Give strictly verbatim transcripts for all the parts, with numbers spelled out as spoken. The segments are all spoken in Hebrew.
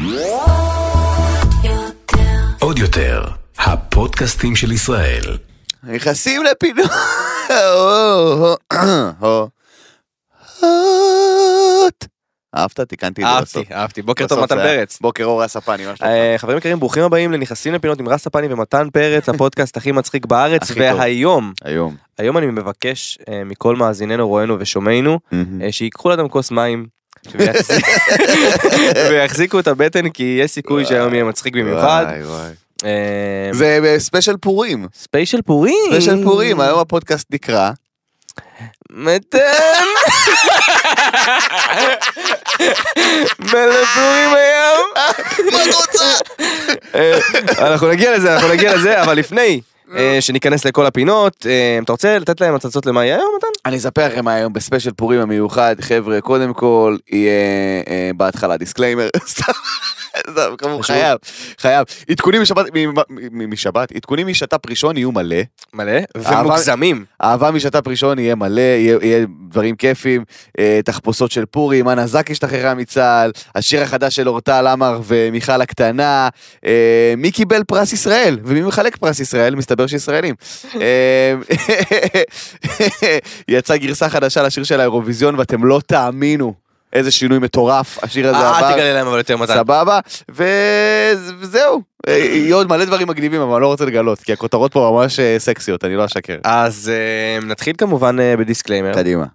עוד יותר, הפודקאסטים של ישראל. נכנסים לפינות. אהבת? תיקנתי את זה בסוף. אהבתי, אהבתי. בוקר טוב, מתן פרץ. בוקר אור רס הפני. חברים יקרים, ברוכים הבאים לנכנסים לפינות עם רס הפני ומתן פרץ, הפודקאסט הכי מצחיק בארץ, והיום, היום, היום אני מבקש מכל מאזיננו, רואינו ושומענו, שיקחו לאדם כוס מים, ויחזיקו את הבטן, כי יש סיכוי שהיום יהיה מצחיק במיוחד. זה ספיישל פורים. ספיישל פורים? ספיישל פורים, היום הפודקאסט נקרא מתן מלפורים היום. מה את רוצה? אנחנו נגיע לזה, אנחנו נגיע לזה, אבל לפני שניכנס לכל הפינות, אתה רוצה לתת להם הצצות למה יהיה היום, מתן? אני אספר לכם היום בספיישל פורים המיוחד. חבר'ה, קודם כל יהיה בהתחלה דיסקליימר. חייב, חייב. עדכונים משבת, משבת, עדכונים משת"פ ראשון יהיו מלא. מלא, ומוגזמים. אהבה משת"פ ראשון יהיה מלא, יהיה דברים כיפים, תחפושות של פורים, אנה זק השתחררה מצה"ל, השיר החדש של אורטל עמר ומיכל הקטנה, מי קיבל פרס ישראל, ומי מחלק פרס ישראל, מסתבר שישראלים. יצא גרסה חדשה לשיר של האירוויזיון, ואתם לא תאמינו. איזה שינוי מטורף, השיר הזה עבר. אל תגלה להם אבל יותר מתן. סבבה, וזהו. יהיו עוד מלא דברים מגניבים, אבל אני לא רוצה לגלות, כי הכותרות פה ממש סקסיות, אני לא אשקר. אז נתחיל כמובן בדיסקליימר. קדימה.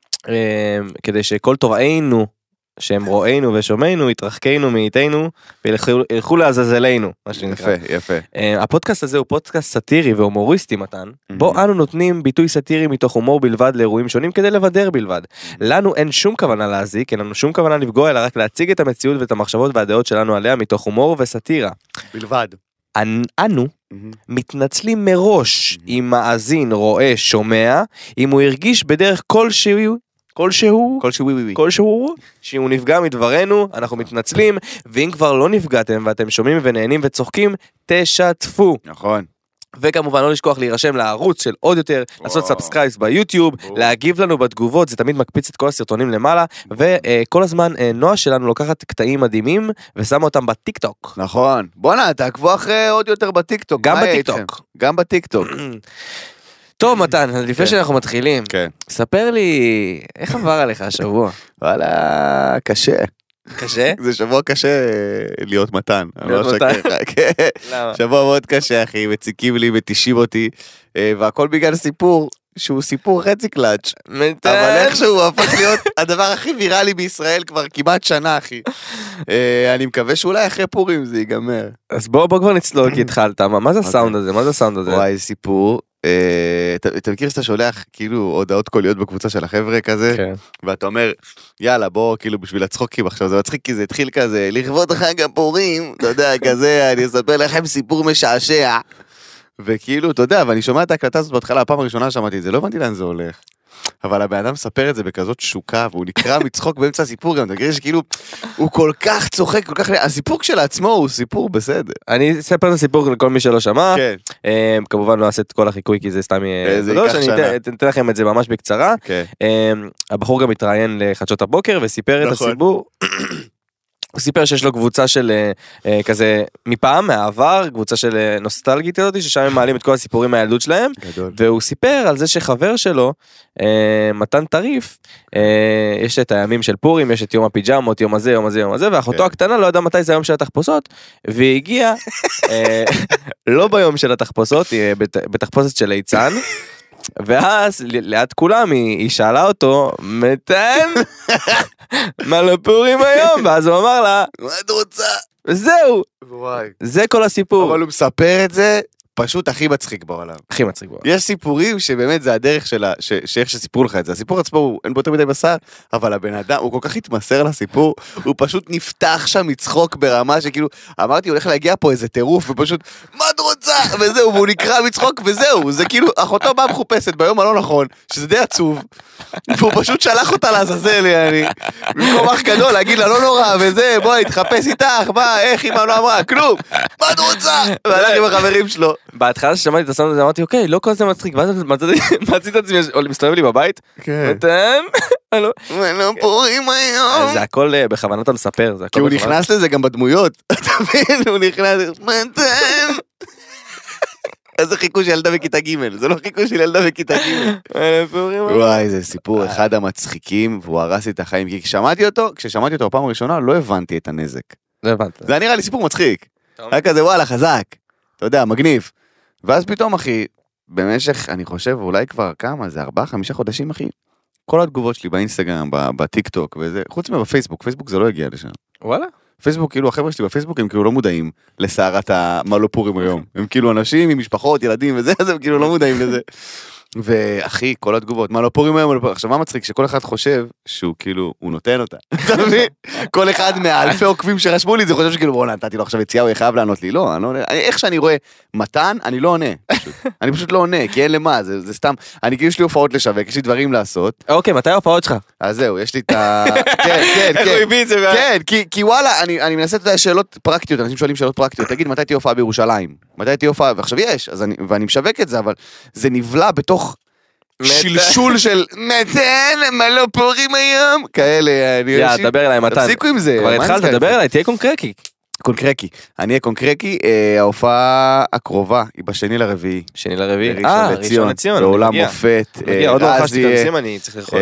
כדי שכל תוראינו, שהם רואינו ושומענו, יתרחקנו מאיתנו, וילכו לעזאזלנו, מה שנקרא. יפה, יפה. הפודקאסט הזה הוא פודקאסט סאטירי והומוריסטי, מתן, בו אנו נותנים ביטוי סאטירי מתוך הומור בלבד לאירועים שונים כדי לבדר בלבד. לנו אין שום כוונה להזיק, אין לנו שום כוונה לפגוע, אלא רק להציג את המציאות ואת המחשבות והדעות שלנו עליה מתוך הומור וסאטירה. בלבד. אנו מתנצלים מראש אם מאזין, רואה, שומע, אם הוא הרגיש בדרך כלשהו כלשהו, כלשהו, כלשהו, שהוא נפגע מדברנו, אנחנו מתנצלים, ואם כבר לא נפגעתם ואתם שומעים ונהנים וצוחקים, תשתפו. נכון. וכמובן לא לשכוח להירשם לערוץ של עוד יותר, לעשות סאבסקרייבס ביוטיוב, להגיב לנו בתגובות, זה תמיד מקפיץ את כל הסרטונים למעלה, וכל הזמן נועה שלנו לוקחת קטעים מדהימים, ושמה אותם בטיקטוק. נכון. בוא'נה, תעקבו אחרי עוד יותר בטיקטוק. גם בטיקטוק. גם בטיקטוק. טוב מתן, לפני שאנחנו מתחילים, ספר לי, איך עבר עליך השבוע? וואלה, קשה. קשה? זה שבוע קשה להיות מתן. להיות מתן? למה? שבוע מאוד קשה, אחי, מציקים לי, מתישים אותי, והכל בגלל סיפור, שהוא סיפור חצי קלאץ'. מתן? אבל איכשהו הוא הפך להיות הדבר הכי ויראלי בישראל כבר כמעט שנה, אחי. אני מקווה שאולי אחרי פורים זה ייגמר. אז בוא כבר נצלול, כי התחלת, מה זה הסאונד הזה? מה זה הסאונד הזה? וואי, סיפור. אתה מכיר שאתה שולח כאילו הודעות קוליות בקבוצה של החבר'ה כזה, ואתה אומר יאללה בוא כאילו בשביל הצחוקים עכשיו, זה מצחיק כי זה התחיל כזה לכבוד חג הפורים, אתה יודע כזה, אני אספר לכם סיפור משעשע, וכאילו אתה יודע, ואני שומע את ההקלטה הזאת בהתחלה, הפעם הראשונה שמעתי את זה, לא הבנתי לאן זה הולך, אבל הבן אדם מספר את זה בכזאת שוקה, והוא נקרא מצחוק באמצע הסיפור גם, אתה מכיר שכאילו הוא כל כך צוחק, כל כך, הסיפור כשלעצמו הוא סיפור בסדר. אני אספר את הסיפור לכל מי שלא שמע, כן. כמובן לא אעשה את כל החיקוי כי זה סתם, זה ייקח שנה. אני אתן לכם את זה ממש בקצרה. הבחור גם התראיין לחדשות הבוקר וסיפר את הסיפור. הוא סיפר שיש לו קבוצה של אה, כזה מפעם, מהעבר, קבוצה של אה, נוסטלגית הזאת, ששם הם מעלים את כל הסיפורים מהילדות שלהם, גדול. והוא סיפר על זה שחבר שלו, אה, מתן טריף, אה, יש את הימים של פורים, יש את יום הפיג'מות, יום הזה, יום הזה, יום הזה, ואחותו הקטנה לא ידעה מתי זה היום של התחפושות, והיא הגיעה, אה, לא ביום של התחפושות, היא בת, בתחפושת של ליצן, ואז ליד כולם היא, היא שאלה אותו, מתן? מה לפורים היום? ואז הוא אמר לה, מה את רוצה? וזהו. וואי. זה כל הסיפור. אבל הוא מספר את זה פשוט הכי מצחיק בעולם. הכי מצחיק בעולם. יש סיפורים שבאמת זה הדרך שלה, ש, שאיך שסיפרו לך את זה. הסיפור עצמו הוא אין בו יותר מדי בשר, אבל הבן אדם, הוא כל כך התמסר לסיפור, הוא פשוט נפתח שם מצחוק ברמה שכאילו, אמרתי, הוא הולך להגיע פה איזה טירוף, ופשוט, מה את רוצה? וזהו, והוא נקרא מצחוק, וזהו. זה כאילו, אחותו באה מחופשת ביום הלא נכון, שזה די עצוב, והוא פשוט שלח אותה לעזאזל, יעני. במקום אח גדול, להגיד לה, לא נורא, וזה, בואי, תחפש איתך, מה, איך אמא לא אמרה, כלום, מה את רוצה? והלך עם החברים שלו. בהתחלה ששמעתי את הסאונד הזה אמרתי אוקיי לא כל זה מצחיק ואז מצאתי את עצמי מסתובב לי בבית מתן לא פורים היום זה הכל בכוונת המספר כי הוא נכנס לזה גם בדמויות אתה מבין הוא נכנס מתן איזה חיקוי של ילדה בכיתה ג' זה לא חיקוי של ילדה בכיתה ג' וואי זה סיפור אחד המצחיקים והוא הרס את החיים כי כששמעתי אותו כששמעתי אותו בפעם הראשונה לא הבנתי את הנזק לא הבנת זה נראה לי סיפור מצחיק היה כזה וואלה חזק אתה יודע מגניב ואז פתאום אחי במשך אני חושב אולי כבר כמה זה ארבעה חמישה חודשים אחי כל התגובות שלי באינסטגרם בטיק טוק וזה חוץ מבפייסבוק פייסבוק זה לא הגיע לשם וואלה פייסבוק, כאילו החבר'ה שלי בפייסבוק הם כאילו לא מודעים לסערת מה לא פורים היום. הם כאילו אנשים עם משפחות, ילדים וזה, אז הם כאילו לא מודעים לזה. ואחי, כל התגובות, מה לא פורים היום? עכשיו מה מצחיק? שכל אחד חושב שהוא כאילו, הוא נותן אותה. אתה מבין? כל אחד מהאלפי עוקבים שרשמו לי, זה חושב שכאילו, בוא נתתי לו עכשיו יציאה, הוא יחייב לענות לי. לא, אני לא עונה. איך שאני רואה מתן, אני לא עונה. אני פשוט לא עונה, כי אין למה, זה סתם, אני כאילו יש לי הופעות לשווק, יש לי דברים לעשות. אוקיי, מתי ההופעות שלך? אז זהו, יש לי את ה... כן, כן, כן. כן, כי וואלה, אני מנסה את השאלות פרקטיות, אנשים שואלים שאלות פרקטיות, תגיד, מתי תהיה הופעה בירושלים? מתי תהיה הופעה? ועכשיו יש, ואני משווק את זה, אבל זה נבלע בתוך שלשול של מתן, מה לא פורים היום? כאלה, אני... יא, דבר אליי, מתן. תפסיקו עם זה. כבר התחלת, דבר אליי, תהיה קונקרקי. קונקרקי. אני אהיה קונקרקי, ההופעה הקרובה היא בשני לרביעי. שני לרביעי. אה, ראשון לציון. בעולם מופת. מגיע, עוד לא רכשתי את הנושאים, אני צריך לרכוש.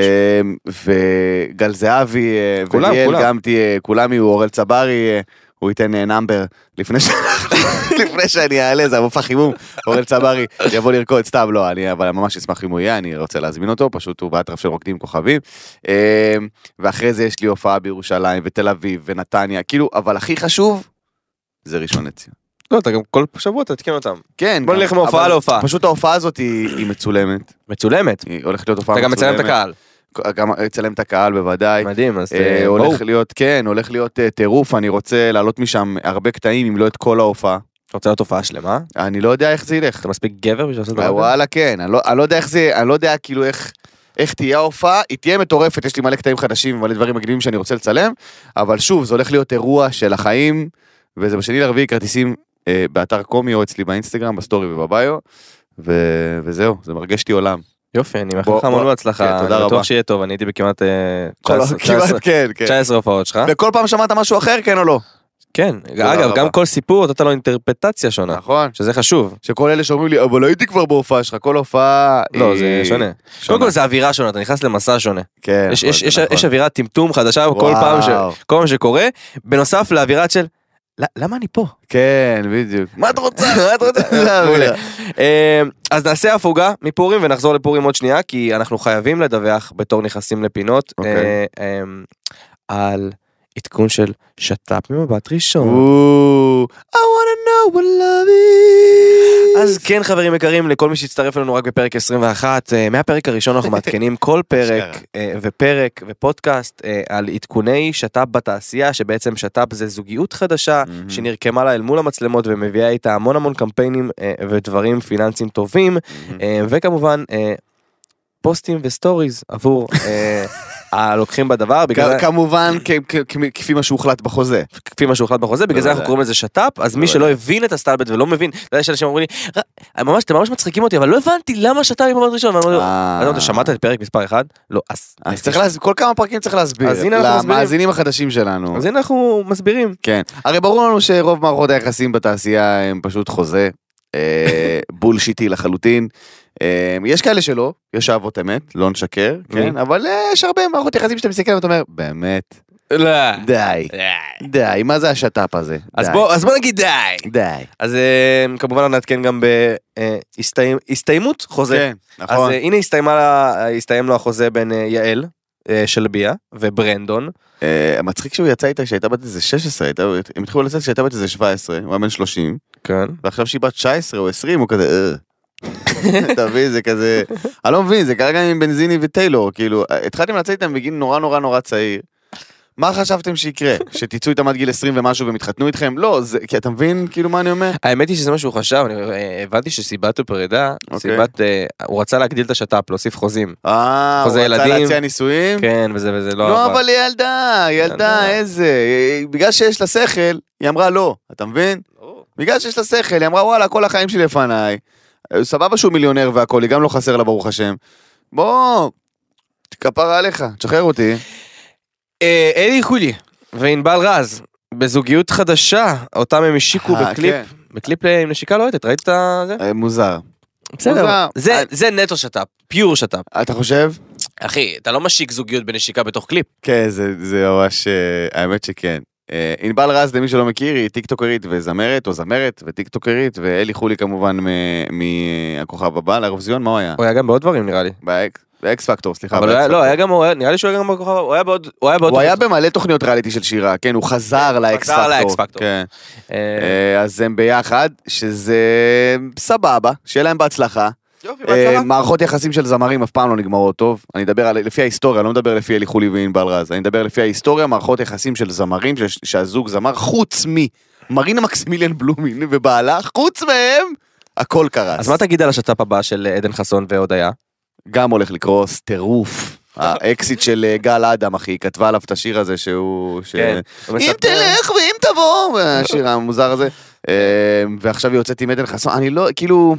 וגל זהבי, וליאל גם תהיה, כולם יהיו, אורל צברי, הוא ייתן נאמבר לפני ש... לפני שאני אעלה, זה המופע חימום, אורל צברי יבוא לרקוד, סתם לא, אני אבל ממש אשמח אם הוא יהיה, אני רוצה להזמין אותו, פשוט הוא באטרף של רוקדים כוכבים, ואחרי זה יש לי הופעה בירושלים ותל אביב ונתניה, כאילו, אבל הכי חשוב, זה ראשון לציון. לא, אתה גם כל שבוע תתקן אותם. כן. בוא נלך מהופעה להופעה. פשוט ההופעה הזאת היא מצולמת. מצולמת? היא הולכת להיות הופעה מצולמת. אתה גם מצלם את הקהל. גם אצלם את הקהל בוודאי. מדהים, אז הולך להיות, כן, הולך להיות טירוף, אני רוצה לעלות משם הרבה קטעים, אם לא את כל ההופעה. אתה רוצה להיות הופעה שלמה? אני לא יודע איך זה ילך. אתה מספיק גבר בשביל לעשות דבר? וואלה, כן, אני לא יודע איך זה, אני לא יודע כאילו איך תהיה ההופעה, היא תהיה מטורפת, יש לי מלא קטעים חדשים, מלא דברים מגניבים שאני רוצה לצלם, אבל שוב, זה הולך להיות אירוע של החיים, וזה בשני לרביעי, כרטיסים באתר קומי או אצלי באינסטגרם, בסטורי ובביו, וזהו, זה מרגש לי עולם. יופי, אני מאחל לך המון בהצלחה, אני בטוח שיהיה טוב, אני הייתי בכמעט תשע עשרה הופעות שלך. וכל פעם שמעת משהו אחר, כן או לא? כן, אגב, גם כל סיפור, נתת לו אינטרפטציה שונה. נכון. שזה חשוב. שכל אלה שאומרים לי, אבל הייתי כבר בהופעה שלך, כל הופעה... לא, זה שונה. קודם כל זה אווירה שונה, אתה נכנס למסע שונה. כן. יש אווירת טמטום חדשה כל פעם שקורה, בנוסף לאווירת של... למה אני פה? כן, בדיוק. מה את רוצה? מה את רוצה? אז נעשה הפוגה מפורים ונחזור לפורים עוד שנייה, כי אנחנו חייבים לדווח בתור נכנסים לפינות על עדכון של שטאפ ממבט ראשון. I wanna know what love is. אז כן חברים יקרים, לכל מי שהצטרף לנו רק בפרק עשרים ואחת, מהפרק הראשון אנחנו מעדכנים כל פרק ופרק ופודקאסט על עדכוני שטאפ בתעשייה, שבעצם שטאפ זה זוגיות חדשה שנרקמה לה אל מול המצלמות ומביאה איתה המון המון קמפיינים ודברים פיננסיים טובים, וכמובן פוסטים וסטוריז עבור הלוקחים בדבר. כמובן כפי מה שהוחלט בחוזה. כפי מה שהוחלט בחוזה, בגלל זה אנחנו קוראים לזה שטאפ, אז מי שלא הבין את הסטלבט ולא מבין, יש אנשים אומרים לי, אתם ממש מצחיקים אותי, אבל לא הבנתי למה שטאפ עם מבט ראשון. אתה שמעת את פרק מספר אחד? לא, אז כל כמה פרקים צריך להסביר למאזינים החדשים שלנו. אז הנה אנחנו מסבירים. כן, הרי ברור לנו שרוב מערכות היחסים בתעשייה הם פשוט חוזה, בולשיטי לחלוטין. יש כאלה שלא, יש אהבות אמת, לא נשקר, כן, אבל יש הרבה מערכות יחסים שאתה מסתכל ואתה אומר, באמת, די, די, מה זה השטאפ הזה? אז בוא נגיד די. די. אז כמובן נעדכן גם בהסתיימות חוזה. כן, נכון. אז הנה הסתיים לו החוזה בין יעל שלביה וברנדון. מצחיק שהוא יצא איתה שהייתה בת איזה שש עשרה, הם התחילו לצאת שהייתה בת איזה שבע עשרה, הוא היה בן שלושים, ועכשיו שהיא בת תשע עשרה או עשרים, הוא כזה, אתה מבין, זה כזה, אני לא מבין, זה כרגע עם בנזיני וטיילור, כאילו, התחלתם לצאת איתם בגיל נורא נורא נורא צעיר, מה חשבתם שיקרה? שתיצאו איתם עד גיל עשרים ומשהו והם התחתנו איתכם? לא, כי אתה מבין כאילו מה אני אומר? האמת היא שזה מה שהוא חשב, אני הבנתי שסיבת הפרידה, סיבת, הוא רצה להגדיל את השטאפ, להוסיף חוזים. אה, הוא רצה להציע נישואים? כן, וזה וזה לא... לא, אבל ילדה, ילדה, איזה, בגלל שיש לה שכל, היא אמרה לא, אתה מבין? בגלל שיש לה שכל, היא אמרה, וואלה, כל החיים שלי לפניי, סבבה שהוא מיליונר והכל, היא גם לא חסר לה, ברוך השם. בוא, תכפרה עליך, תשחרר אותי. אלי חולי וענבל רז, בזוגיות חדשה, אותם הם השיקו בקליפ, בקליפ עם נשיקה לוהטת, ראית את זה? מוזר. בסדר, זה נטו שטאפ, פיור שטאפ. אתה חושב? אחי, אתה לא משיק זוגיות בנשיקה בתוך קליפ. כן, זה ממש, האמת שכן. ענבל רז, למי שלא מכיר, היא טיקטוקרית וזמרת, או זמרת וטיקטוקרית, ואלי חולי כמובן מהכוכב הבא, לאירוויזיון, מה הוא היה? הוא היה גם בעוד דברים נראה לי. באקס פקטור, סליחה. אבל לא, היה גם, נראה לי שהוא היה גם בכוכב, הוא היה בעוד... הוא היה במלא תוכניות ריאליטי של שירה, כן, הוא חזר לאקס פקטור. אז הם ביחד, שזה סבבה, שיהיה להם בהצלחה. מערכות יחסים של זמרים אף פעם לא נגמרות טוב, אני אדבר לפי ההיסטוריה, לא מדבר לפי אלי חולי וענבל רז, אני אדבר לפי ההיסטוריה, מערכות יחסים של זמרים, שהזוג זמר, חוץ ממרינה מקסימיליאן בלומין ובעלה, חוץ מהם, הכל קרס. אז מה תגיד על השת"פ הבא של עדן חסון והודיה? גם הולך לקרוס, טירוף. האקסיט של גל אדם, אחי, כתבה עליו את השיר הזה שהוא... אם תלך ואם תבוא, השיר המוזר הזה. ועכשיו היא יוצאת עם עדן חסון, אני לא, כאילו...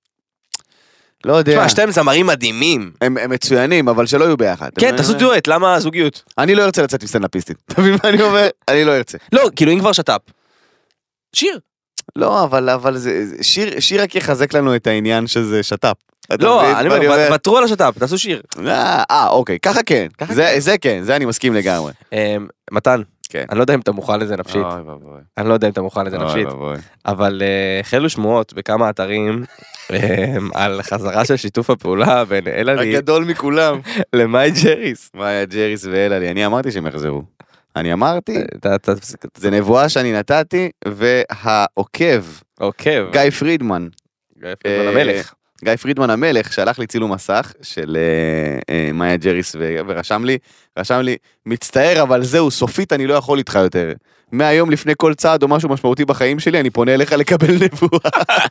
לא יודע. תשמע, שתיים זמרים מדהימים. הם מצוינים, אבל שלא יהיו ביחד. כן, תעשו דואט, למה זוגיות? אני לא ארצה לצאת עם סטנדאפיסטית. אתה מבין מה אני אומר? אני לא ארצה. לא, כאילו אם כבר שת"פ. שיר. לא, אבל שיר רק יחזק לנו את העניין שזה שת"פ. לא, אני אומר, ותרו על השת"פ, תעשו שיר. אה, אוקיי, ככה כן. זה כן, זה אני מסכים לגמרי. מתן, אני לא יודע אם אתה מוכן לזה נפשית. אני לא יודע אם אתה מוכן לזה נפשית. אבל החלו שמועות בכמה אתרים על חזרה של שיתוף הפעולה בין אלעלי... הגדול מכולם. למאי ג'ריס. מאי ג'ריס ואלעלי. אני אמרתי שהם יחזרו. אני אמרתי, זה נבואה שאני נתתי, והעוקב, עוקב. גיא פרידמן. גיא פרידמן המלך. גיא פרידמן המלך, שלח לי צילום מסך של מאיה ג'ריס, ורשם לי, רשם לי, מצטער, אבל זהו, סופית אני לא יכול איתך יותר. מהיום לפני כל צעד או משהו משמעותי בחיים שלי, אני פונה אליך לקבל נבואה.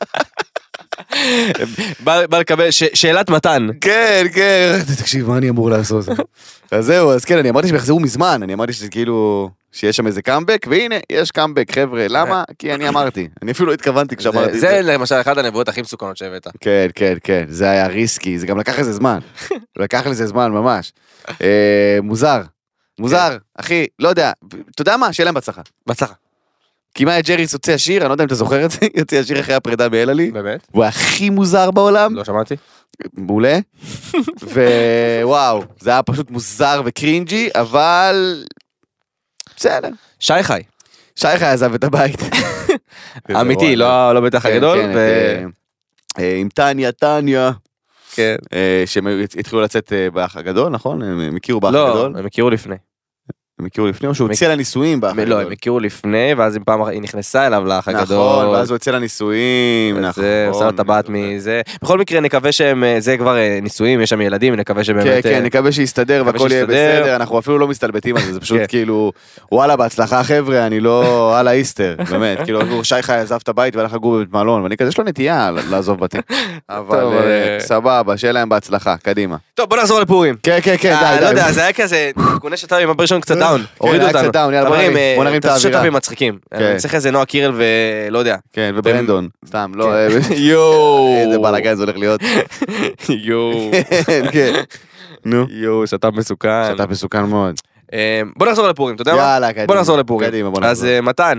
בא לקבל, שאלת מתן. כן, כן, תקשיב, מה אני אמור לעשות? אז זהו, אז כן, אני אמרתי שהם יחזרו מזמן, אני אמרתי שזה כאילו, שיש שם איזה קאמבק, והנה, יש קאמבק, חבר'ה, למה? כי אני אמרתי, אני אפילו לא התכוונתי כשאמרתי את זה. זה למשל אחד הנבואות הכי מסוכנות שהבאת. כן, כן, כן, זה היה ריסקי, זה גם לקח לזה זמן, לקח לזה זמן ממש. מוזר, מוזר, אחי, לא יודע, אתה יודע מה? שיהיה להם בהצלחה. בהצלחה. כי מאיה ג'ריס הוציא השיר, אני לא יודע אם אתה זוכר את זה, יוציא השיר אחרי הפרידה באלעלי. באמת? הוא הכי מוזר בעולם. לא שמעתי. מעולה. ווואו, זה היה פשוט מוזר וקרינג'י, אבל... בסדר. שי חי. שי חי עזב את הבית. אמיתי, לא בטח הגדול. עם טניה, טניה. כן. שהם התחילו לצאת באח הגדול, נכון? הם הכירו באח הגדול? לא, הם הכירו לפני. הם הכירו לפני או שהוא הציע לנישואים באח הגדול? לא, הם הכירו לפני, ואז עם פעם היא נכנסה אליו לאח הגדול. נכון, ואז הוא הציע לנישואים, נכון. זה עושה את הבת מזה. בכל מקרה נקווה שהם, זה כבר נישואים, יש שם ילדים, נקווה שבאמת... כן, כן, נקווה שיסתדר והכל יהיה בסדר, אנחנו אפילו לא מסתלבטים על זה, זה פשוט כאילו, וואלה, בהצלחה חבר'ה, אני לא, הלאה איסטר, באמת, כאילו, שי חי עזב את הבית והלך לגור בבית מלון, ואני כזה, יש לו נטייה לעזוב בתים. אבל סבבה, שיהיה להם בהצלחה, קדימה. טוב, בוא נחזור לפורים. כן, כן, כן, די, די. לא יודע, זה היה כזה, תיקוני שטאפ עם הברשון קצת דאון, הורידו אותנו. דאון, יאללה, בוא נרים את האווירה. שטאפים מצחיקים. אני צריך איזה נועה קירל ולא יודע. כן, וברנדון. סתם, לא... יואו. איזה בלגן זה הולך להיות. יואו. כן. נו. יואו, שטאפ מסוכן. שטאפ מסוכן מאוד. בוא נחזור לפורים, אתה יודע מה? יאללה, קדימה. בוא נחזור לפורים. קדימה, בוא נחזור. אז מתן.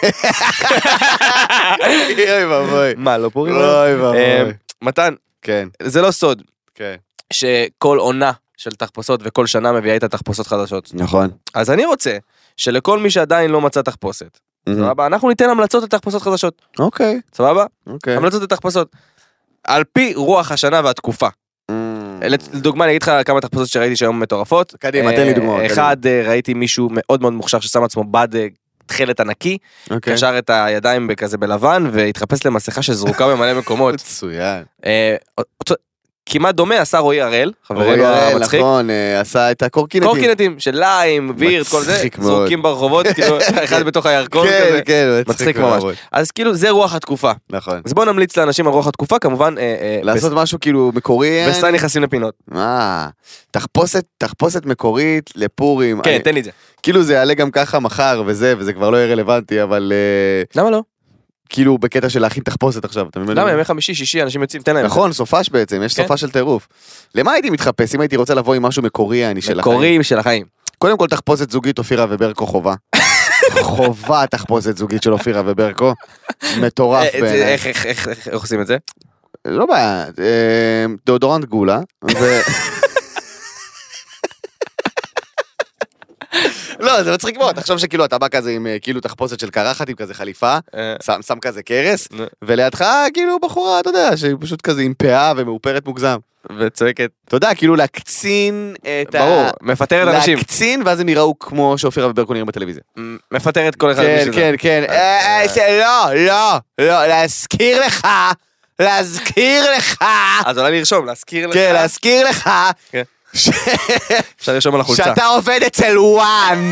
אוי ואבוי. מה, לא פורים? אוי ואבוי. מתן. כן. זה לא סוד. כן. שכל עונה של תחפושות וכל שנה מביאה איתה תחפושות חדשות. נכון. אז אני רוצה שלכל מי שעדיין לא מצא תחפושת, סבבה? אנחנו ניתן המלצות לתחפושות חדשות. אוקיי. סבבה? אוקיי. המלצות לתחפושות. על פי רוח השנה והתקופה. לדוגמה, אני אגיד לך כמה תחפושות שראיתי שהיום מטורפות. קדימה, תן לי דוגמאות. אחד, ראיתי מישהו מאוד מאוד מוכשר ששם עצמו בד תחלת ענקי, קשר את הידיים כזה בלבן, והתחפש למסכה שזרוקה במלא מקומות. מצוין. כמעט דומה, עשה רועי הראל, חברנו המצחיק. נכון, עשה את הקורקינטים. קורקינטים של ליים, וירט, כל זה, זרוקים ברחובות, כאילו, אחד בתוך הירקון כזה. כן, כן, מצחיק ממש. אז כאילו, זה רוח התקופה. נכון. אז בואו נמליץ לאנשים על רוח התקופה, כמובן... לעשות משהו כאילו מקורי. בסטייל נכנסים לפינות. אה, תחפושת מקורית לפורים. כן, תן לי את זה. כאילו זה יעלה גם ככה מחר וזה, וזה כבר לא יהיה רלוונטי, אבל... למה לא? כאילו בקטע של להכין תחפושת עכשיו, אתה מבין? למה, ימי חמישי, שישי, אנשים יוצאים, תן להם. נכון, סופש בעצם, יש סופה של טירוף. למה הייתי מתחפש? אם הייתי רוצה לבוא עם משהו מקורי, אני של החיים. מקורי של החיים. קודם כל תחפושת זוגית אופירה וברקו חובה. חובה תחפושת זוגית של אופירה וברקו. מטורף בעיניי. איך עושים את זה? לא בעיה, דאודורנט גולה. לא, זה מצחיק מאוד, תחשוב שכאילו אתה בא כזה עם כאילו תחפושת של קרחת, עם כזה חליפה, שם כזה קרס, ולידך כאילו בחורה, אתה יודע, שהיא פשוט כזה עם פאה ומאופרת מוגזם. וצועקת. אתה יודע, כאילו להקצין את ה... ברור, מפטרת אנשים. להקצין, ואז הם יראו כמו שאופירה וברקו נראים בטלוויזיה. מפטרת כל אחד. כן, כן, כן. לא, לא, לא, להזכיר לך, להזכיר לך. אז אולי לרשום, להזכיר לך. כן, להזכיר לך. כן. אפשר לרשום על החולצה. שאתה עובד אצל וואן.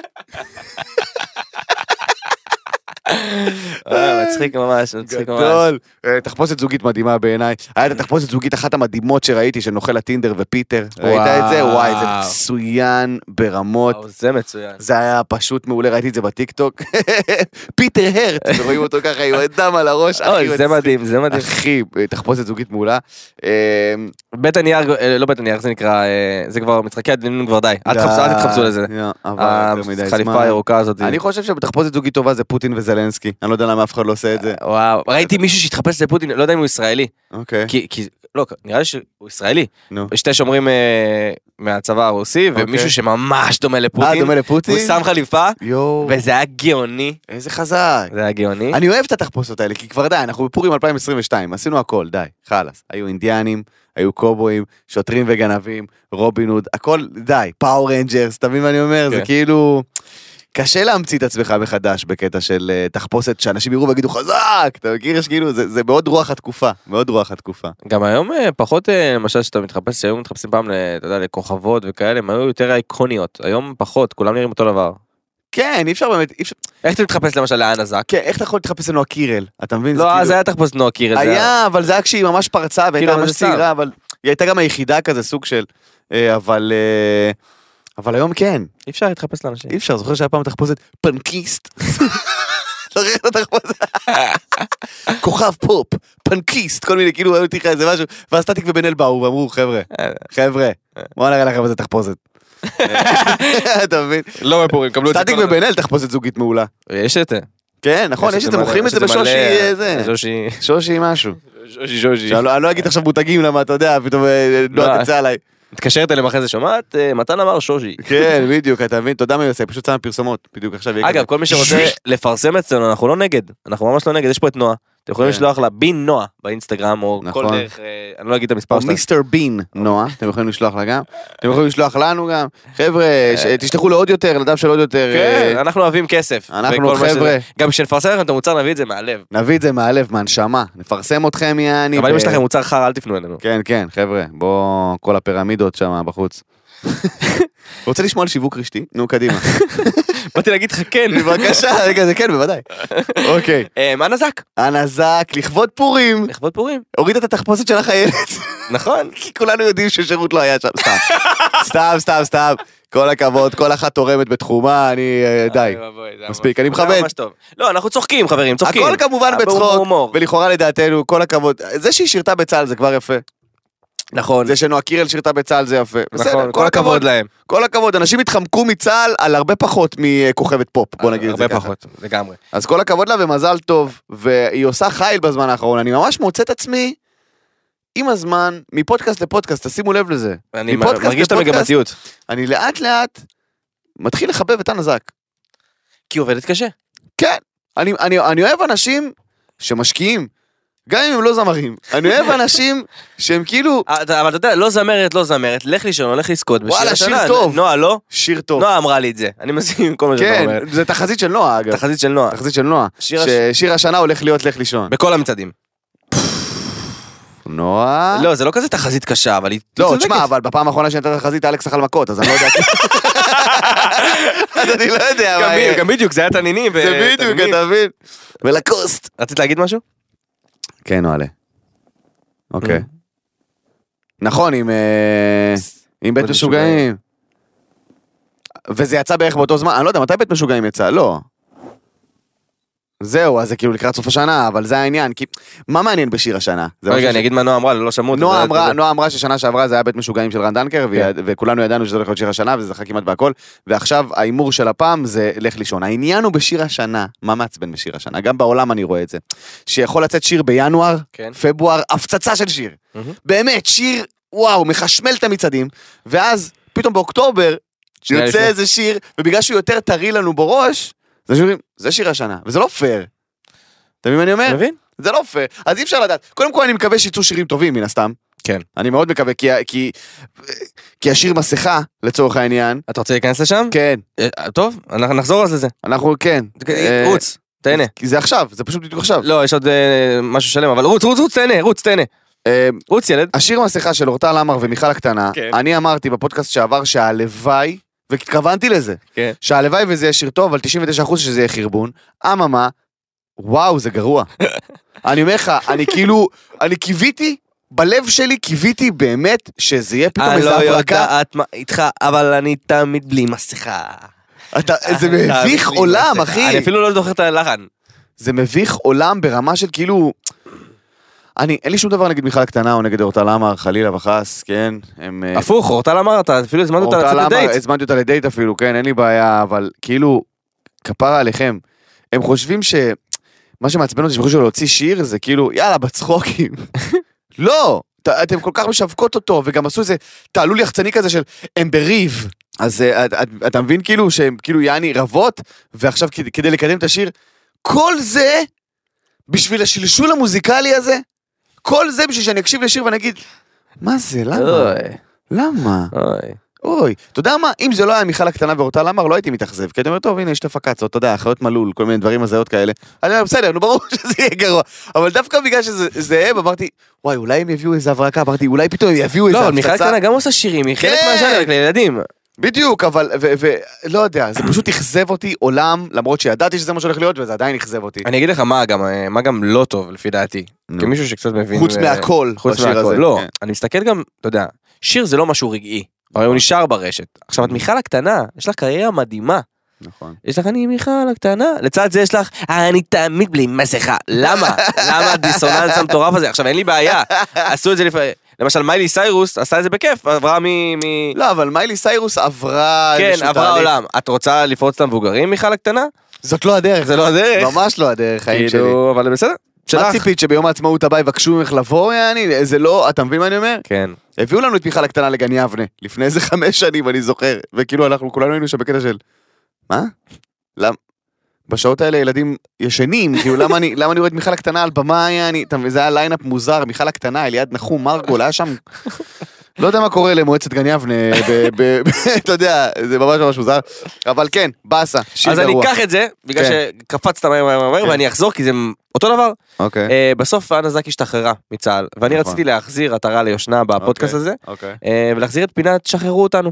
מצחיק ממש, מצחיק ממש. גדול. תחפושת זוגית מדהימה בעיניי. היה את התחפושת זוגית אחת המדהימות שראיתי, של נוכל הטינדר ופיטר. ראית את זה? וואי, זה מצוין ברמות. זה מצוין. זה היה פשוט מעולה, ראיתי את זה בטיקטוק. פיטר הרט, רואים אותו ככה, עם דם על הראש. זה מדהים, זה מדהים. אחי, תחפושת זוגית מעולה. בית הנייר, לא בית הנייר, זה נקרא, זה כבר משחקי הדינים כבר די. אל תתחפשו לזה. החליפה הירוקה הזאת. אני חושב שבתחפושת זוגית טובה זה פוטין וזלנסקי. אני לא יודע למה אף אחד לא עושה את זה. וואו, ראיתי מישהו שהתחפש לפוטין, לא יודע אם הוא ישראלי. אוקיי. כי, לא, נראה לי שהוא ישראלי. שתי שומרים מהצבא הרוסי, ומישהו שממש דומה לפוטין. אה, דומה לפוטין? הוא שם חליפה, וזה היה גאוני. איזה חזק. זה היה גאוני. אני אוהב את התחפושות האלה, כי כבר די, אנחנו בפורים אלפיים עשרים ושתיים, עשינו הכל, די, חלאס. היו אינדיאנים, היו קובויים, שוטרים וגנבים, רובין הוד, הכל, די, פאור רנג'רס, אתה מבין מה אני אומר? זה כאילו... קשה להמציא את עצמך מחדש בקטע של תחפושת שאנשים יראו ויגידו חזק, אתה מכיר? יש כאילו, זה, זה מאוד רוח התקופה, מאוד רוח התקופה. גם היום פחות, למשל שאתה מתחפש, היום מתחפשים פעם, אתה יודע, לכוכבות וכאלה, הם היו יותר אייקוניות, היום פחות, כולם נראים אותו דבר. כן, אי אפשר באמת, אי אפשר... איך אתה מתחפש למשל לאנה זק? כן, איך אתה יכול להתחפש לנועה קירל? אתה מבין? לא, אז היה תחפש לנועה קירל. היה, אבל זה היה כשהיא ממש פרצה, והייתה ממש צעירה, אבל היא הייתה גם היחידה כזה, סוג של, אבל... אבל היום כן. אי אפשר להתחפש לאנשים. אי אפשר, זוכר שהיה פעם תחפושת פנקיסט. זוכר את התחפושת? כוכב פופ, פנקיסט, כל מיני, כאילו, היו תיכה איזה משהו, ואז סטטיק ובן אל באו ואמרו, חבר'ה, חבר'ה, בואו נראה לכם איזה תחפושת. אתה מבין? לא בפורים, קבלו את זה. סטטיק ובן אל תחפושת זוגית מעולה. יש את זה. כן, נכון, יש את זה, מוכרים את זה בשושי, זה. שושי. שושי משהו. שושי, שושי. אני לא אגיד עכשיו מותגים למה, אתה יודע, פתאום לא תצא עליי. מתקשרת אליהם אחרי זה, שומעת? מתן אמר שושי. כן, בדיוק, אתה מבין, תודה מי עושה, פשוט שם פרסומות, בדיוק עכשיו. אגב, כל מי שרוצה לפרסם אצלנו, אנחנו לא נגד, אנחנו ממש לא נגד, יש פה את נועה. אתם יכולים לשלוח לה בין נועה באינסטגרם, או כל דרך, אני לא אגיד את המספר שלה. או מיסטר בין נועה, אתם יכולים לשלוח לה גם. אתם יכולים לשלוח לנו גם. חבר'ה, תשלחו לעוד יותר, לדף של עוד יותר. כן, אנחנו אוהבים כסף. אנחנו חבר'ה. גם כשנפרסם לכם את המוצר, נביא את זה מהלב. נביא את זה מהלב, מהנשמה. נפרסם אתכם, יעני. אבל אם יש לכם מוצר חר, אל תפנו אלינו. כן, כן, חבר'ה, בוא, כל הפירמידות שם בחוץ. רוצה לשמוע על שיווק רשתי? נו, קדימה. באתי להגיד לך כן. בבקשה, רגע, זה כן, בוודאי. אוקיי. מה נזק? הנזק, לכבוד פורים. לכבוד פורים. הוריד את התחפושת של החיילת. נכון. כי כולנו יודעים ששירות לא היה שם. סתם, סתם, סתם, סתם. כל הכבוד, כל אחת תורמת בתחומה, אני, די. מספיק, אני מכבד. לא, אנחנו צוחקים, חברים, צוחקים. הכל כמובן בצחוק, ולכאורה לדעתנו, כל הכבוד. זה שהיא שירתה בצה"ל זה כבר יפה. נכון. זה שנועה קירל שירתה בצה"ל זה יפה. נכון, כל הכבוד להם. כל הכבוד, אנשים התחמקו מצה"ל על הרבה פחות מכוכבת פופ, בוא נגיד את זה ככה. הרבה פחות, לגמרי. אז כל הכבוד לה ומזל טוב, והיא עושה חייל בזמן האחרון, אני ממש מוצא את עצמי עם הזמן, מפודקאסט לפודקאסט, תשימו לב לזה. אני מרגיש את המגמתיות. אני לאט לאט מתחיל לחבב את הנזק. כי עובדת קשה. כן, אני, אני, אני אוהב אנשים שמשקיעים, גם אם הם לא זמרים. אני אוהב אנשים שהם כאילו... אבל אתה יודע, לא זמרת, לא זמרת, לך לישון, הולך לזכות. וואלה, שיר טוב. נועה, לא? שיר טוב. נועה אמרה לי את זה. אני מסכים עם כל מה שאתה אומר. כן, זה תחזית של נועה, אגב. תחזית של נועה. תחזית של נועה. ששיר השנה הולך להיות לך לישון. בכל המצעדים. נועה... לא, זה לא כזה תחזית קשה, אבל היא... לא, תשמע, אבל בפעם האחרונה שנתת תחזית, אלכס אכל מכות, אז אני לא יודע... אז אני לא יודע מה... גם בדיוק, זה היה תנינים. זה בדיוק, אתה מבין. ולקוסט. רצית להגיד משהו? כן, נועלה. אוקיי. נכון, עם בית משוגעים. וזה יצא בערך באותו זמן, אני לא יודע, מתי בית משוגעים יצא? לא. זהו, אז זה כאילו לקראת סוף השנה, אבל זה העניין, כי מה מעניין בשיר השנה? רגע, אני אגיד מה נועה אמרה, לא שמעו. נועה אמרה ששנה שעברה זה היה בית משוגעים של רן דנקר, וכולנו ידענו שזה הולך להיות שיר השנה, וזה זכה כמעט בהכל, ועכשיו האימור של הפעם זה לך לישון. העניין הוא בשיר השנה, מה מעצבן בשיר השנה? גם בעולם אני רואה את זה. שיכול לצאת שיר בינואר, פברואר, הפצצה של שיר. באמת, שיר, וואו, מחשמל את המצעדים, ואז פתאום באוקטובר יוצא איזה שיר, ובגלל שהוא יותר טרי לנו בראש, זה שירים, זה שיר השנה, וזה לא פייר. אתה מבין מה אני אומר? מבין? זה לא פייר. אז אי אפשר לדעת. קודם כל אני מקווה שיצאו שירים טובים מן הסתם. כן. אני מאוד מקווה, כי, כי, כי השיר מסכה, לצורך העניין. אתה רוצה להיכנס לשם? כן. טוב, אנחנו נחזור על זה. אנחנו, כן. רוץ, תהנה. כי זה עכשיו, זה פשוט בדיוק עכשיו. לא, יש עוד משהו שלם, אבל רוץ, רוץ, רוץ, תהנה, רוץ, תהנה. רוץ, ילד. השיר מסכה של אורטל עמר ומיכל הקטנה, אני אמרתי בפודקאסט שעבר שהלוואי, והתכוונתי לזה, שהלוואי וזה יהיה שיר טוב, אבל תשעים ותשעה אחוז שזה יהיה חרבון. אממה, וואו, זה גרוע. אני אומר לך, אני כאילו, אני קיוויתי, בלב שלי קיוויתי באמת שזה יהיה פתאום איזה הברקה. אני לא יודעת איתך, אבל אני תמיד בלי מסכה. זה מביך עולם, אחי. אני אפילו לא זוכר את הלחן. זה מביך עולם ברמה של כאילו... אני, אין לי שום דבר נגד מיכל הקטנה או נגד אורטל עמר, חלילה וחס, כן, הם... הפוך, אורטל עמר, אתה אפילו הזמנת אותה לצאת לדייט. הזמנתי אותה לדייט אפילו, כן, אין לי בעיה, אבל כאילו, כפרה עליכם, הם חושבים ש... מה שמעצבן אותי, שחושבים להוציא שיר, זה כאילו, יאללה, בצחוקים. לא, אתם כל כך משווקות אותו, וגם עשו איזה תעלול יחצני כזה של, הם בריב. אז אתה מבין כאילו, שהם כאילו יעני רבות, ועכשיו כדי לקדם את השיר, כל זה, בשביל השלשול המוזיקלי הזה, כל זה בשביל שאני אקשיב לשיר ואני אגיד, מה זה, למה? למה? אוי, אתה יודע מה? אם זה לא היה מיכל הקטנה ואורטל עמר, לא הייתי מתאכזב, כי אני אומר, טוב, הנה, יש את הפקצות, אתה יודע, אחיות מלול, כל מיני דברים הזיות כאלה. אני אומר, בסדר, נו, ברור שזה יהיה גרוע. אבל דווקא בגלל שזה הם, אמרתי, וואי, אולי הם יביאו איזה הברקה, אמרתי, אולי פתאום הם יביאו איזה הפצצה. לא, מיכל הקטנה גם עושה שירים, היא חלק מהז'אנר לילדים. בדיוק, אבל, ולא יודע, זה פשוט אכזב אותי עולם, למרות שידעתי שזה מה שהולך להיות, וזה עדיין אכזב אותי. אני אגיד לך מה גם, מה גם לא טוב, לפי דעתי. כמישהו שקצת מבין. חוץ מהכל, חוץ מהכל. לא, אני מסתכל גם, אתה יודע, שיר זה לא משהו רגעי, הרי הוא נשאר ברשת. עכשיו, את מיכל הקטנה, יש לך קריירה מדהימה. נכון. יש לך אני מיכל הקטנה, לצד זה יש לך, אני תמיד בלי מסכה. למה? למה הדיסוננס המטורף הזה? עכשיו, אין לי בעיה. עשו את זה לפעמים. למשל, מיילי סיירוס עשה את זה בכיף, עברה מ... לא, אבל מיילי סיירוס עברה... כן, עברה עולם. את רוצה לפרוץ את המבוגרים, מיכל הקטנה? זאת לא הדרך. זה לא הדרך. ממש לא הדרך, חיים שלי. אבל בסדר. מה ציפית שביום העצמאות הבא יבקשו ממך לבוא, יעני? זה לא, אתה מבין מה אני אומר? כן. הביאו לנו את מיכל הקטנה לגן יבנה, לפני איזה חמש שנים, אני זוכר. וכאילו אנחנו כולנו היינו שם בקטע של... מה? למה? בשעות האלה ילדים ישנים, כאילו למה אני, למה אני רואה את מיכל הקטנה על במה, אני, זה היה ליינאפ מוזר, מיכל הקטנה, אליעד נחום, מרגול, היה שם, לא יודע מה קורה למועצת גן יבנה, אתה יודע, זה ממש ממש מוזר, אבל כן, באסה, שיר גרוע. אז אני אקח את זה, בגלל שקפצת מהר מהר מהר, ואני אחזור, כי זה אותו דבר. בסוף אנה זק השתחררה מצה"ל, ואני רציתי להחזיר עטרה ליושנה בפודקאסט הזה, ולהחזיר את פינת שחררו אותנו.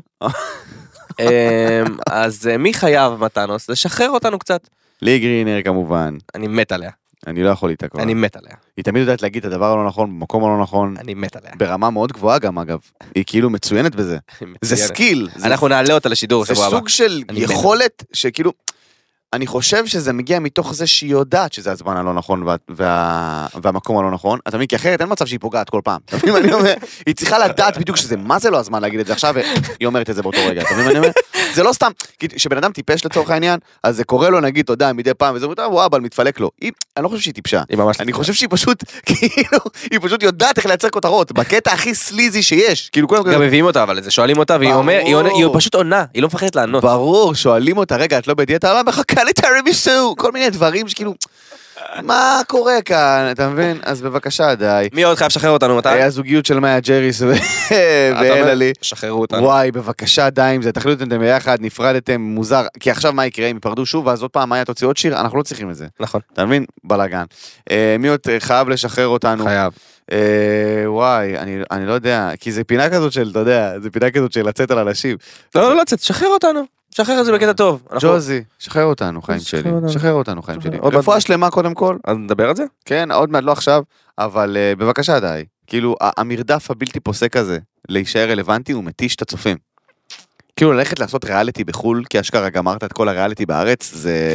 אז מי חייב מתנוס? לשחרר אותנו קצת. לי גרינר כמובן. אני מת עליה. אני לא יכול איתה כבר. אני מת עליה. היא תמיד יודעת להגיד את הדבר הלא נכון, במקום הלא נכון. אני מת עליה. ברמה מאוד גבוהה גם אגב. היא כאילו מצוינת בזה. זה סקיל. אנחנו נעלה אותה לשידור. זה סוג של יכולת שכאילו... אני חושב שזה מגיע מתוך זה שהיא יודעת שזה הזמן הלא נכון והמקום הלא נכון. אתה מבין? כי אחרת אין מצב שהיא פוגעת כל פעם. אתה מבין מה אני אומר? היא צריכה לדעת בדיוק שזה, מה זה לא הזמן להגיד את זה עכשיו, והיא אומרת את זה באותו רגע. אתה מבין מה אני אומר? זה לא סתם, כי שבן אדם טיפש לצורך העניין, אז זה קורה לו נגיד, תודה, מדי פעם, וזה אומר, וואו, אבל מתפלק לו. אני לא חושב שהיא טיפשה. אני חושב שהיא פשוט, כאילו, היא פשוט יודעת איך לייצר כותרות, בקטע הכי סליזי שיש. גם מביאים אותה, אבל שואלים אותה, והיא פשוט עונה, היא לא מפחדת לענות. ברור, שואלים אותה, רגע, את לא בדיאטה, מחכה לטירמיסו, כל מיני דברים שכאילו, מה קורה כאן, אתה מבין? אז בבקשה, די. מי עוד חייב לשחרר אותנו, מתי? הזוגיות של מאיה ג'ריס ואלעלי. שחררו אותנו. וואי, בבקשה, די עם זה, תחליטו אתם ביחד, נפרדתם, מוזר, כי עכשיו מה יקרה, הם יפרדו שוב, ואז עוד פעם מאיה תוציא עוד שיר, אנחנו לא צריכים את זה. נכון. אתה מבין? בלגן. מי עוד חייב לשחרר אותנו? חייב. וואי, אני לא יודע, כי זה פינה כזאת של, אתה יודע, זה פינה כזאת של לצאת על אנשים. לא, לא לצאת, שחרר אותנו. שחרר את זה בקטע טוב. ג'וזי, שחרר אותנו, חיים שלי. שחרר אותנו, חיים שלי. רפואה שלמה קודם כל. אז נדבר על זה? כן, עוד מעט, לא עכשיו, אבל בבקשה די. כאילו, המרדף הבלתי פוסק הזה, להישאר רלוונטי, הוא מתיש את הצופים. כאילו, ללכת לעשות ריאליטי בחול, כי אשכרה גמרת את כל הריאליטי בארץ, זה...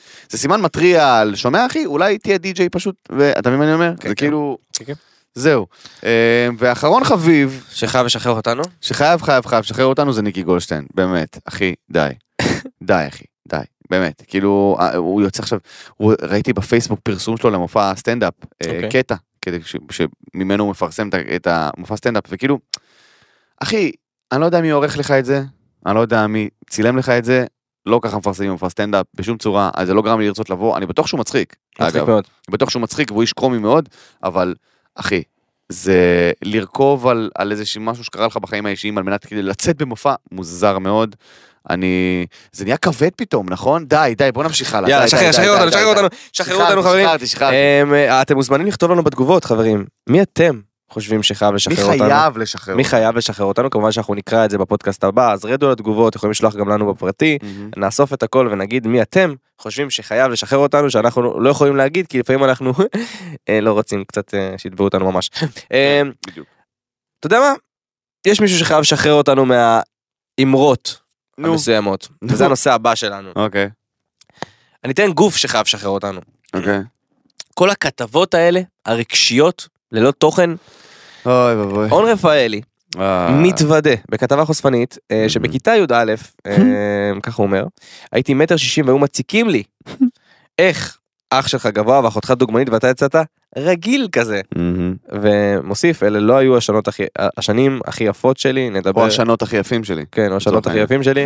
זה סימן מטריע על, שומע אחי, אולי תהיה די-ג'יי פשוט, ואתה מבין מה אני אומר? זה כאילו, זהו. ואחרון חביב, שחייב לשחרר אותנו? שחייב, חייב, חייב לשחרר אותנו זה ניקי גולדשטיין, באמת, אחי, די. די, אחי, די, באמת. כאילו, הוא יוצא עכשיו, ראיתי בפייסבוק פרסום שלו למופע סטנדאפ, קטע, כדי שממנו הוא מפרסם את המופע סטנדאפ, וכאילו, אחי, אני לא יודע מי עורך לך את זה, אני לא יודע מי צילם לך את זה, לא ככה מפרסמים במופע סטנדאפ, בשום צורה, אז זה לא גרם לי לרצות לבוא, אני בטוח שהוא מצחיק. מצחיק מאוד. בטוח שהוא מצחיק, והוא איש קרומי מאוד, אבל, אחי, זה לרכוב על, על איזשהו משהו שקרה לך בחיים האישיים, על מנת כדי לצאת במופע, מוזר מאוד. אני, זה נהיה כבד פתאום, נכון? די, די, בוא נמשיך הלאה. יאללה, שחרר, שחרר אותנו, שחרר אותנו, שחררו אותנו, חברים. שחררתי, שחררתי. אתם מוזמנים לכתוב לנו בתגובות, חברים. מי אתם חושבים שחייב לשחרר אותנו? מי חייב לשחרר אותנו? מי חייב לשחרר אותנו? כמובן שאנחנו נקרא את זה בפודקאסט הבא, אז רדו לתגובות, יכולים לשלוח גם לנו בפרטי, נאסוף את הכל ונגיד מי אתם חושבים שחייב לשחרר אותנו, שאנחנו לא יכולים להגיד, כי לפעמים אנחנו לא רוצים קצת שיתבעו אותנו ממש. אתה יודע מה? יש מישהו שחייב לשחרר אותנו מהאמרות המסוימות, וזה הנושא הבא שלנו. אוקיי. אני אתן גוף שחייב לשחרר אותנו. אוקיי. כל הכתבות האלה, הרגשיות, ללא תוכן, אוי בבוי. און רפאלי, מתוודה, בכתבה חושפנית, שבכיתה י"א, ככה הוא אומר, הייתי מטר שישים והיו מציקים לי, איך אח שלך גבוה ואחותך דוגמנית ואתה יצאת רגיל כזה. ומוסיף, אלה לא היו השנות הכי, השנים הכי יפות שלי, נדבר. או השנות הכי יפים שלי. כן, או השנות הכי יפים שלי.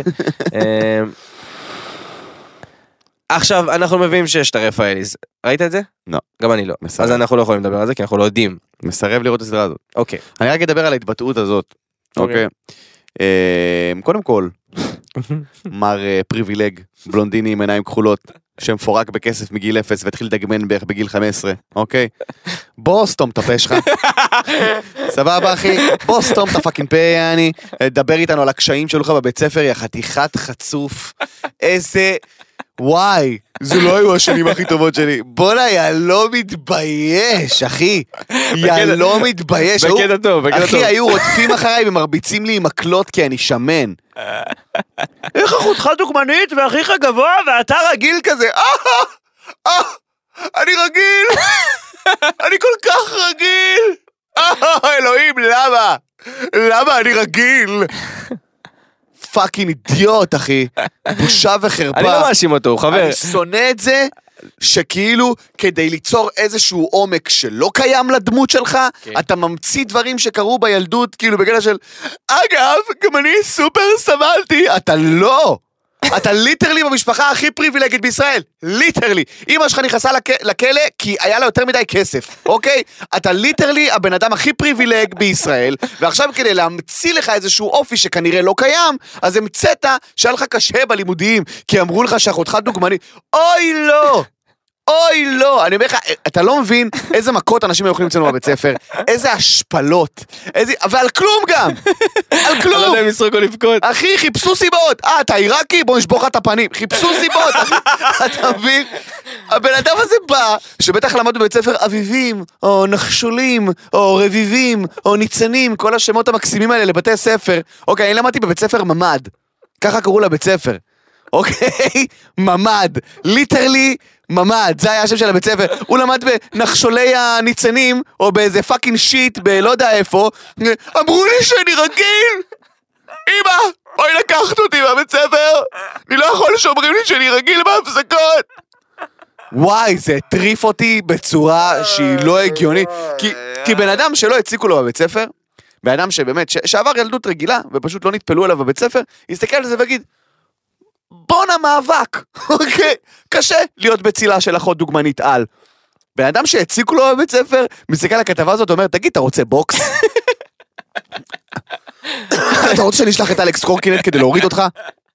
עכשיו, אנחנו מביאים שיש את הרפאליז. ראית את זה? לא. גם אני לא. אז אנחנו לא יכולים לדבר על זה, כי אנחנו לא יודעים. מסרב לראות את הסדרה הזאת. אוקיי. אני רק אדבר על ההתבטאות הזאת. אוקיי. קודם כל, מר פריבילג, בלונדיני עם עיניים כחולות, שמפורק בכסף מגיל אפס והתחיל לדגמן בערך בגיל חמש עשרה, אוקיי? בוא סתום את הפה שלך. סבבה אחי? בוא סתום את הפאקינג פה, יעני. דבר איתנו על הקשיים שלך בבית ספר, יא חתיכת חצוף. איזה... וואי, זה לא היו השנים הכי טובות שלי. בוא'נה, יא לא מתבייש, אחי. יא לא מתבייש. בקטע טוב, בקטע טוב. אחי, היו רודפים אחריי ומרביצים לי עם מקלות כי אני שמן. איך אחותך דוגמנית ואחיך גבוה ואתה רגיל כזה? אה, אה, אני רגיל. אני כל כך רגיל. אה, אלוהים, למה? למה אני רגיל? פאקינג אידיוט, אחי. בושה וחרפה. אני לא מאשים אותו, חבר. אני שונא את זה, שכאילו, כדי ליצור איזשהו עומק שלא קיים לדמות שלך, אתה ממציא דברים שקרו בילדות, כאילו בגלל של, אגב, גם אני סופר סבלתי. אתה לא. אתה ליטרלי במשפחה הכי פריבילגית בישראל. ליטרלי. אמא שלך נכנסה לכלא כי היה לה יותר מדי כסף, אוקיי? אתה ליטרלי הבן אדם הכי פריבילג בישראל, ועכשיו כדי להמציא לך איזשהו אופי שכנראה לא קיים, אז המצאת שהיה לך קשה בלימודים, כי אמרו לך שאחותך דוגמנית. אוי לא! אוי לא, אני אומר לך, אתה לא מבין איזה מכות אנשים יכולים לצלנו בבית ספר, איזה השפלות, איזה, ועל כלום גם, על כלום. אני לא יודע אם ישרוק או לבכות. אחי, חיפשו סיבות, אה, אתה עיראקי? בוא נשבור לך את הפנים, חיפשו סיבות, אחי, אתה מבין? הבן אדם הזה בא, שבטח למד בבית ספר אביבים, או נחשולים, או רביבים, או ניצנים, כל השמות המקסימים האלה לבתי ספר. אוקיי, אני למדתי בבית ספר ממד, ככה קראו לבית ספר. אוקיי? ממד, ליטרלי ממד, זה היה השם של הבית ספר. הוא למד בנחשולי הניצנים, או באיזה פאקינג שיט, בלא יודע איפה. אמרו לי שאני רגיל. אמא, אוי לקחת אותי מהבית ספר. אני לא יכול שאומרים לי שאני רגיל בהפסקות. וואי, זה הטריף אותי בצורה שהיא לא הגיונית. כי, כי בן אדם שלא הציקו לו בבית ספר, בן אדם שבאמת, ש- שעבר ילדות רגילה, ופשוט לא נטפלו עליו בבית ספר, יסתכל על זה ויגיד, בונה מאבק, אוקיי? קשה להיות בצילה של אחות דוגמנית על. בן אדם שהציקו לו בבית ספר, מסתכל על הכתבה הזאת, אומר, תגיד, אתה רוצה בוקס? אתה רוצה שאני אשלח את אלכס קורקינט כדי להוריד אותך?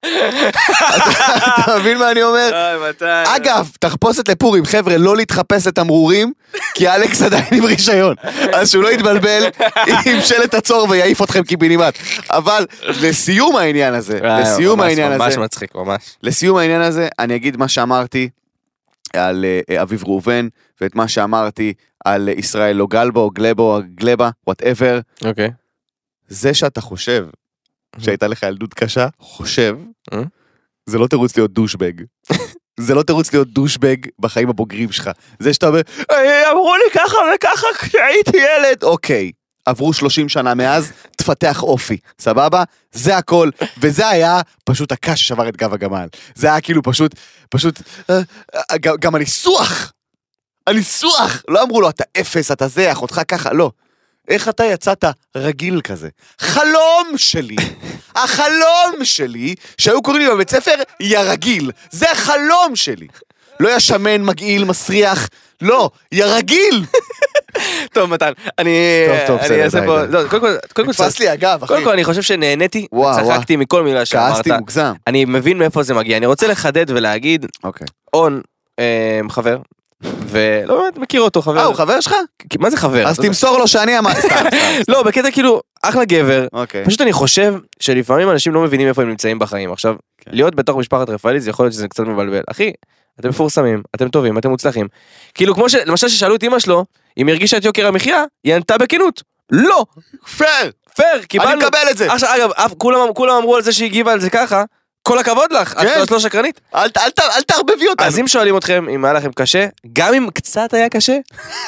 אתה מבין מה אני אומר? אגב, תחפושת לפורים, חבר'ה, לא להתחפש לתמרורים, כי אלכס עדיין עם רישיון, אז שהוא לא יתבלבל עם שלט עצור ויעיף אתכם קיבינימט. אבל לסיום העניין הזה, לסיום העניין הזה, ממש מצחיק, ממש. לסיום העניין הזה, אני אגיד מה שאמרתי על אביב ראובן, ואת מה שאמרתי על ישראל לא גלבו, או גלבו, או גלבה, whatever. אוקיי. זה שאתה חושב שהייתה לך ילדות קשה, חושב, זה לא תירוץ להיות דושבג. זה לא תירוץ להיות דושבג בחיים הבוגרים שלך. זה שאתה אומר, אמרו לי ככה וככה כשהייתי ילד. אוקיי, עברו שלושים שנה מאז, תפתח אופי, סבבה? זה הכל, וזה היה פשוט הקש ששבר את גב הגמל. זה היה כאילו פשוט, פשוט, גם הניסוח, הניסוח, לא אמרו לו, אתה אפס, אתה זה, אחותך ככה, לא. איך אתה יצאת רגיל כזה? חלום שלי, החלום שלי, שהיו קוראים לי בבית ספר, יא רגיל. זה החלום שלי. לא יא שמן, מגעיל, מסריח, לא, יא רגיל. טוב, מתן, אני... טוב, טוב, בסדר, די. קודם כל, נתפס לי אגב, אחי. קודם כל, אני חושב שנהניתי, צחקתי מכל מילה שאמרת. כעסתי מוגזם. אני מבין מאיפה זה מגיע. אני רוצה לחדד ולהגיד, און, חבר, ולא באמת מכיר אותו, חבר. אה, הוא חבר שלך? מה זה חבר? אז תמסור לו שאני אמר... לא, בקטע כאילו, אחלה גבר. פשוט אני חושב שלפעמים אנשים לא מבינים איפה הם נמצאים בחיים. עכשיו, להיות בתוך משפחת רפאלי, זה יכול להיות שזה קצת מבלבל. אחי, אתם מפורסמים, אתם טובים, אתם מוצלחים. כאילו, כמו למשל ששאלו את אמא שלו, אם הרגישה את יוקר המחיה, היא ענתה בכנות. לא! פייר! פייר, קיבלנו. אני מקבל את זה. עכשיו, אגב, כולם אמרו על זה שהגיבה על זה ככה, כל הכבוד לך, את לא שקרנית. אל תערבבי אותנו. אז אם שואלים אתכם אם היה לכם קשה, גם אם קצת היה קשה,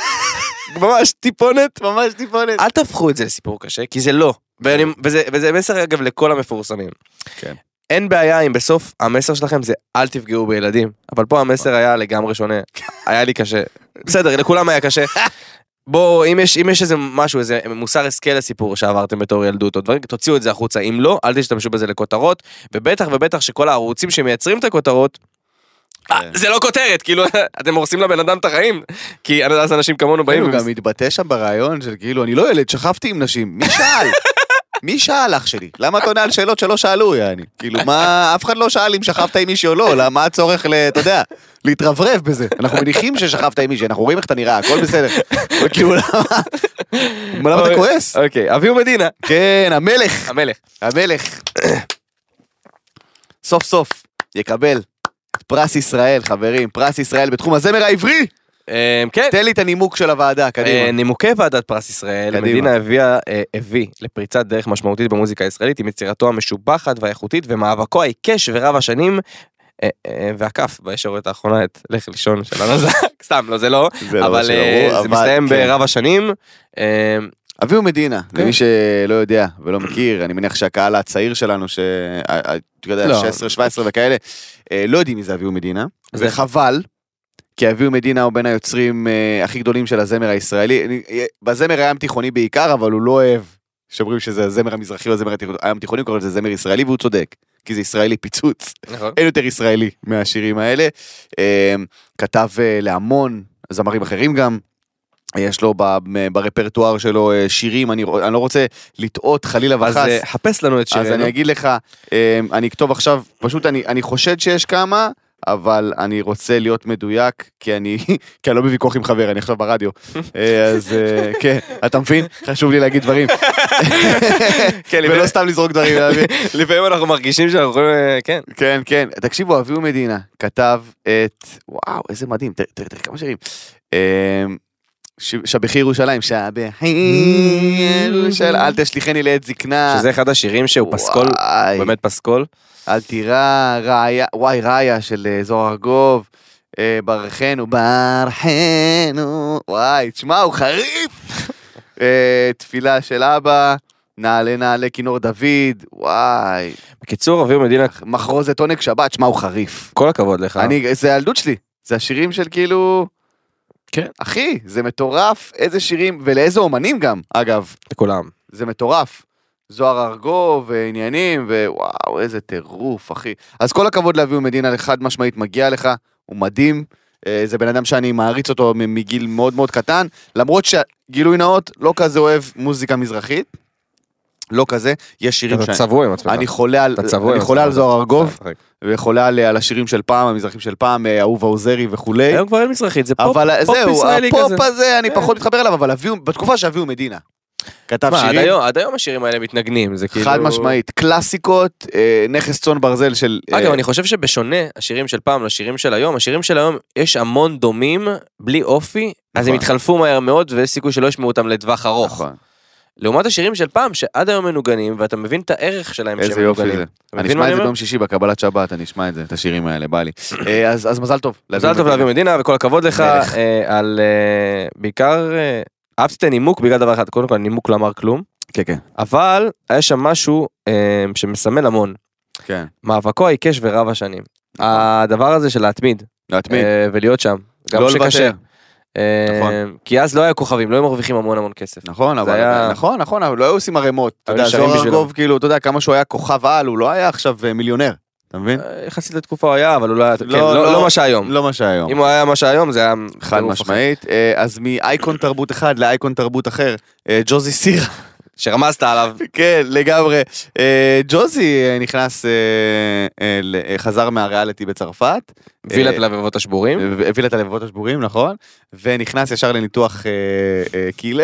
ממש טיפונת, ממש טיפונת. אל תהפכו את זה לסיפור קשה, כי זה לא. וזה מסר אגב לכל המפורסמים. כן. אין בעיה אם בסוף המסר שלכם זה אל תפגעו בילדים, אבל פה המסר היה לגמרי שונה. היה לי קשה. בסדר, לכולם היה קשה. בוא, אם יש, אם יש איזה משהו, איזה מוסר השכל לסיפור שעברתם בתור ילדות או דברים, תוציאו את זה החוצה. אם לא, אל תשתמשו בזה לכותרות, ובטח ובטח שכל הערוצים שמייצרים את הכותרות, זה לא כותרת, כאילו, אתם הורסים לבן אדם את החיים, כי אז אנשים כמונו באים. הוא גם מתבטא שם ברעיון של כאילו, אני לא ילד, שכבתי עם נשים, מי שאל? מי שאל אח שלי? למה אתה עונה על שאלות שלא שאלו, יעני? כאילו, מה, אף אחד לא שאל אם שכבת עם מישהו או לא, למה הצורך, אתה יודע, להתרברב בזה? אנחנו מניחים ששכבת עם מישהו, אנחנו רואים איך אתה נראה, הכל בסדר. כאילו, למה? למה אתה כועס? אוקיי, אביהו מדינה. כן, המלך. המלך. המלך. סוף סוף יקבל פרס ישראל, חברים, פרס ישראל בתחום הזמר העברי. כן. תן לי את הנימוק של הוועדה, קדימה. נימוקי ועדת פרס ישראל, מדינה הביאה, הביא לפריצת דרך משמעותית במוזיקה הישראלית, עם יצירתו המשובחת והאיכותית, ומאבקו העיקש ורב השנים, והקף בישורת האחרונה, את לך לישון של הנזק, סתם, לא, זה לא, אבל זה מסתיים ברב השנים. אביהו מדינה, למי שלא יודע ולא מכיר, אני מניח שהקהל הצעיר שלנו, שאתה יודע, שש עשרה שבע עשרה וכאלה, לא יודעים מי זה אביהו מדינה, זה חבל, כי אביהו מדינה הוא בין היוצרים אה, הכי גדולים של הזמר הישראלי, בזמר הים תיכוני בעיקר, אבל הוא לא אוהב, שאומרים שזה הזמר המזרחי או הזמר הים תיכוני, קוראים לזה זמר ישראלי, והוא צודק, כי זה ישראלי פיצוץ, נכון. אין יותר ישראלי מהשירים האלה, אה, כתב אה, להמון זמרים אחרים גם, יש לו ב, ברפרטואר שלו שירים, אני, אני לא רוצה לטעות חלילה וחס. אז חפש לנו את שירינו. אז אני אגיד לך, אה, אני אכתוב עכשיו, פשוט אני, אני חושד שיש כמה, אבל אני רוצה להיות מדויק, כי אני, כי אני לא בוויכוח עם חבר, אני עכשיו ברדיו. אז כן, אתה מבין? חשוב לי להגיד דברים. ולא סתם לזרוק דברים. לפעמים אנחנו מרגישים שאנחנו יכולים, כן. כן, כן. תקשיבו, אביהו מדינה כתב את, וואו, איזה מדהים, תראה, תראה, תראה, כמה שירים. שבחי ירושלים, שבחי ירושלים, אל תשליחני לעת זקנה. שזה אחד השירים שהוא פסקול, באמת פסקול. אל תירא, ראיה, וואי, ראיה של זוהר ארגוב, ברכנו, ברכנו, וואי, תשמע, הוא חריף. תפילה של אבא, נעלה נעלה כינור דוד, וואי. בקיצור, אביהו מדינה. מחרוזת עונג שבת, תשמע, הוא חריף. כל הכבוד לך. אני, זה הילדות שלי, זה השירים של כאילו... כן. אחי, זה מטורף, איזה שירים, ולאיזה אומנים גם, אגב. לכולם. זה מטורף. זוהר ארגוב ועניינים, ווואו, איזה טירוף, אחי. אז כל הכבוד לאביהו מדינה, חד משמעית מגיע לך, הוא מדהים, זה בן אדם שאני מעריץ אותו מגיל מאוד מאוד קטן, למרות שגילוי נאות לא כזה אוהב מוזיקה מזרחית, לא כזה, יש שירים שאני... צבוע עם עצמך. אני חולה על, אני חולה על זוהר ארגוב, וחולה על, על השירים של פעם, המזרחים של פעם, אהובה עוזרי וכולי. היום כבר אין מזרחית, זה פופ, אבל פופ זהו, ישראלי הפופ כזה. הפופ הזה אני פחות מתחבר אליו, אבל אביהו, בתקופה שאביהו מדינה. כתב מה, שירים. עד היום, עד היום השירים האלה מתנגנים, זה כאילו... חד משמעית, קלאסיקות, אה, נכס צאן ברזל של... אגב, אה... אני חושב שבשונה השירים של פעם לשירים של היום, השירים של היום יש המון דומים, בלי אופי, אז הם התחלפו מהר מאוד, ויש סיכוי שלא ישמעו אותם לטווח ארוך. נכון. לעומת השירים של פעם, שעד היום מנוגנים, ואתה מבין את הערך שלהם שהם מנוגנים. איזה יופי זה. אני אשמע את זה ביום שישי בקבלת שבת, אני אשמע את זה, את השירים האלה, בא לי. אז מזל טוב. מזל טוב לאבי מדינה, וכל הכבוד לך על, בעיקר, אהבתי את הנימוק בגלל דבר אחד, קודם כל הנימוק לא אמר כלום. כן, כן. אבל היה שם משהו שמסמל המון. כן. מאבקו העיקש ורב השנים. הדבר הזה של להתמיד. להתמיד. ולהיות שם. גם שקשה. כי אז לא היה כוכבים, לא היו מרוויחים המון המון כסף. נכון, נכון, נכון, אבל לא היו עושים הרמות. אתה יודע, זוהר ארגוב, כאילו, אתה יודע, כמה שהוא היה כוכב על, הוא לא היה עכשיו מיליונר. אתה מבין? יחסית לתקופה הוא היה, אבל הוא לא היה, לא מה שהיום. לא מה שהיום. אם הוא היה מה שהיום, זה היה חד משמעית. אז מאייקון תרבות אחד לאייקון תרבות אחר, ג'וזי סירה. שרמזת עליו. כן, לגמרי. ג'וזי נכנס, חזר מהריאליטי בצרפת. הביא את הלבבות השבורים. הביא את הלבבות השבורים, נכון. ונכנס ישר לניתוח קילה.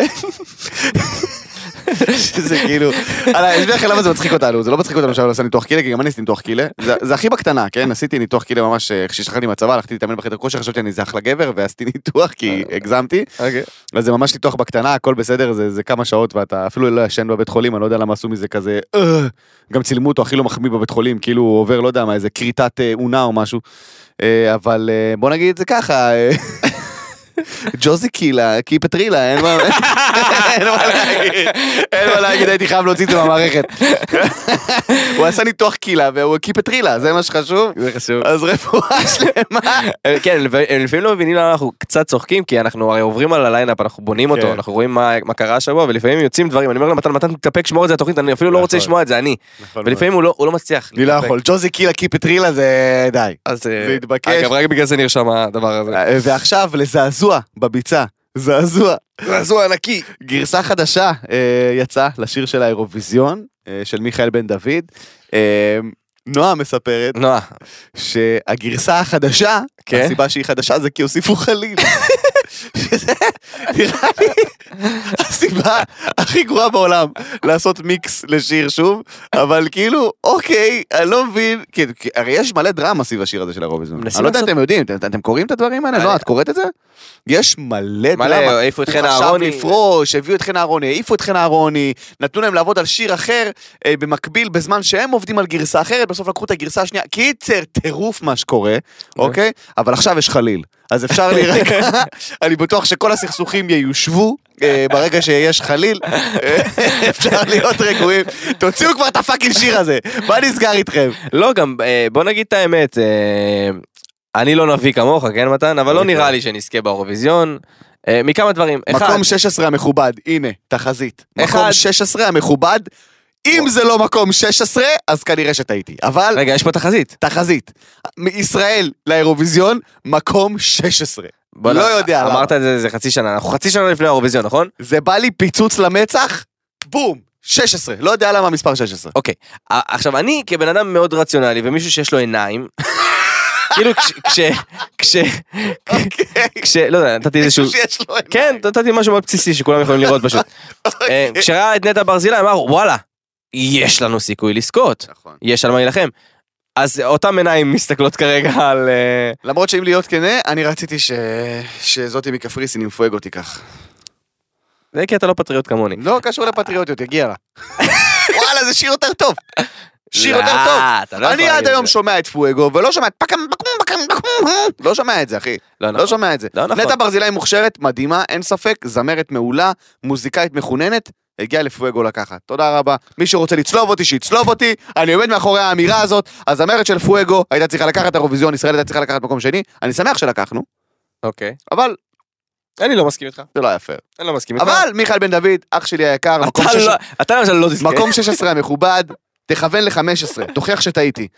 שזה כאילו, אני אסביר לכם למה זה מצחיק אותנו, זה לא מצחיק אותנו שאני עושה ניתוח קילה, כי גם אני עשיתי ניתוח קילה, זה הכי בקטנה, כן? עשיתי ניתוח קילה ממש, כששכחתי מהצבא, הלכתי להתאמן בחדר כושר, חשבתי אני זה אחלה גבר, ועשיתי ניתוח כי הגזמתי, אז זה ממש ניתוח בקטנה, הכל בסדר, זה כמה שעות, ואתה אפילו לא ישן בבית חולים, אני לא יודע למה עשו מזה כזה, גם צילמו אותו הכי לא מחמיא בבית חולים, כאילו הוא עובר, לא יודע מה, איזה קריטת עונה או משהו, אבל בוא נגיד את זה ככה, ג'וזי קילה, קי פטרילה, אין מה להגיד, אין מה להגיד, הייתי חייב להוציא את זה מהמערכת. הוא עשה ניתוח קילה והוא קי פטרילה, זה מה שחשוב. זה חשוב. אז רפואה שלמה. כן, לפעמים לא מבינים למה אנחנו קצת צוחקים, כי אנחנו הרי עוברים על הליינאפ, אנחנו בונים אותו, אנחנו רואים מה קרה השבוע, ולפעמים יוצאים דברים, אני אומר למתן, מתן תתאפק, שמור את זה התוכנית, אני אפילו לא רוצה לשמוע את זה, אני. ולפעמים הוא לא מצליח. לי לא יכול, ג'וזי קילה, קי פטרילה, זה די. זה התבקש. אגב, רק בגלל זה נרשם הדבר הזה. ועכשיו, לזעזוע בביצה, זעזוע, זעזוע ענקי. גרסה חדשה יצאה לשיר של האירוויזיון, של מיכאל בן דוד. נועה מספרת, נועה, שהגרסה החדשה, הסיבה שהיא חדשה זה כי הוסיפו חליל. נראה לי הסיבה הכי גרועה בעולם לעשות מיקס לשיר שוב, אבל כאילו אוקיי, אני לא מבין, הרי יש מלא דרמה סביב השיר הזה של האירוויזיון, אני לא יודע אם אתם יודעים, אתם קוראים את הדברים האלה? לא, את קוראת את זה? יש מלא דרמה, העיפו את חן אהרוני, הוא חשב לפרוש, הביאו את חן אהרוני, העיפו את חן אהרוני, נתנו להם לעבוד על שיר אחר במקביל בזמן שהם עובדים על גרסה אחרת, בסוף לקחו את הגרסה השנייה, קיצר טירוף מה שקורה, אוקיי? אבל עכשיו יש חליל, אז אפשר להירגע, אני בטוח שכל הסכסוכים ייושבו, ברגע שיש חליל, אפשר להיות רגועים, תוציאו כבר את הפאקינג שיר הזה, מה נסגר איתכם? לא, גם בוא נגיד את האמת, אני לא נביא כמוך, כן מתן? אבל לא נראה לי שנזכה באירוויזיון, מכמה דברים. מקום שש עשרה המכובד, הנה, תחזית. מקום שש עשרה המכובד, אם זה לא מקום שש עשרה, אז כנראה שטעיתי. אבל... רגע, יש פה תחזית. תחזית. מישראל לאירוויזיון, מקום שש עשרה. לא יודע למה. אמרת את זה, זה חצי שנה. אנחנו חצי שנה לפני האירוויזיון, נכון? זה בא לי פיצוץ למצח, בום, שש עשרה. לא יודע למה מספר שש עשרה. אוקיי. עכשיו, אני כבן אדם מאוד רציונלי, ומישהו שיש לו עיניים, כאילו כש... כש... כש... לא יודע, נתתי איזשהו... כן, נתתי משהו מאוד בסיסי שכולם יכולים לראות פשוט. כשראה את נטע ברזילי, אמר, וואלה, יש לנו סיכוי לזכות. יש על מה להילחם. אז אותם עיניים מסתכלות כרגע על... למרות שאם להיות כנה, אני רציתי שזאתי מקפריסין עם פואגו תיקח. זה כי אתה לא פטריוט כמוני. לא קשור לפטריוטיות, יגיע לה. וואלה, זה שיר יותר טוב. שיר יותר טוב. אני עד היום שומע את פואגו, ולא שומע את פקם, פקום, פקם, פקום, לא שומע את זה, אחי. לא שומע את זה. נטע ברזילי מוכשרת, מדהימה, אין ספק, זמרת מעולה, מוזיקאית מחוננת, הגיע לפואגו לקחת. תודה רבה. מי שרוצה לצלוב אותי, שיצלוב אותי. אני עומד מאחורי האמירה הזאת. הזמרת של פואגו הייתה צריכה לקחת אירוויזיון, ישראל הייתה צריכה לקחת מקום שני. אני שמח שלקחנו. אוקיי. אבל אני לא מסכים איתך. זה לא היה פייר. אני לא מסכים איתך. אבל מיכאל בן דוד, אח שלי היקר, אתה למשל לא תזכה. מקום שש עשרה המכובד, תכוון ל-חמש עשרה. תוכיח שטעיתי.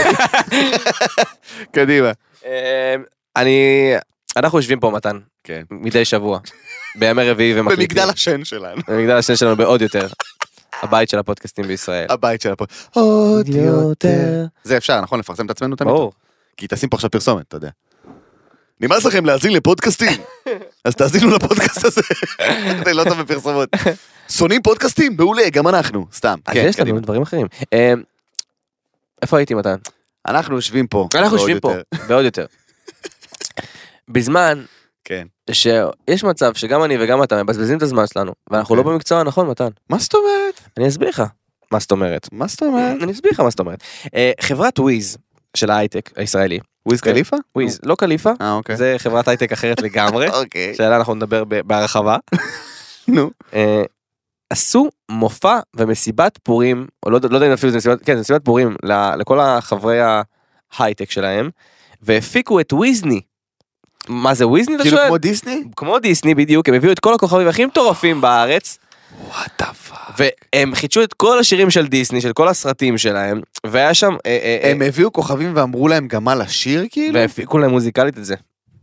קדימה. אני... אנחנו יושבים פה מתן. כן. מדי שבוע. בימי רביעי ומקליטים. במגדל השן שלנו. במגדל השן שלנו בעוד יותר. הבית של הפודקאסטים בישראל. הבית של הפודקאסטים. עוד יותר. זה אפשר, נכון? לפרסם את עצמנו תמיד. ברור. כי תשים פה עכשיו פרסומת, אתה יודע. נמאס לכם להאזין לפודקאסטים. אז תאזינו לפודקאסט הזה. זה לא טוב בפרסומות. שונאים פודקאסטים? מעולה, גם אנחנו. סתם. אז יש לנו דברים אחרים. איפה הייתי מתן? אנחנו יושבים פה. אנחנו יושבים פה. בעוד יותר. בזמן כן. שיש מצב שגם אני וגם אתה מבזבזים את הזמן שלנו, ואנחנו לא במקצוע הנכון, מתן. מה זאת אומרת? אני אסביר לך. מה זאת אומרת? מה זאת אומרת? אני אסביר לך מה זאת אומרת. חברת וויז של ההייטק הישראלי. וויז קליפה? וויז, לא קליפה. אה, אוקיי. זה חברת הייטק אחרת לגמרי. אוקיי. שעליה אנחנו נדבר בהרחבה. נו. עשו מופע ומסיבת פורים, או לא יודע אם אפילו זה מסיבת, כן, זה מסיבת פורים לכל החברי ההייטק שלהם, והפיקו את וויזני. מה זה וויזני, אתה שואל? כאילו כמו דיסני? כמו דיסני בדיוק, הם הביאו את כל הכוכבים הכי מטורפים בארץ, What the fuck? והם חידשו את כל השירים של דיסני, של כל הסרטים שלהם, והיה שם... הם הביאו כוכבים ואמרו להם גם מה לשיר כאילו? והפיקו להם מוזיקלית את זה.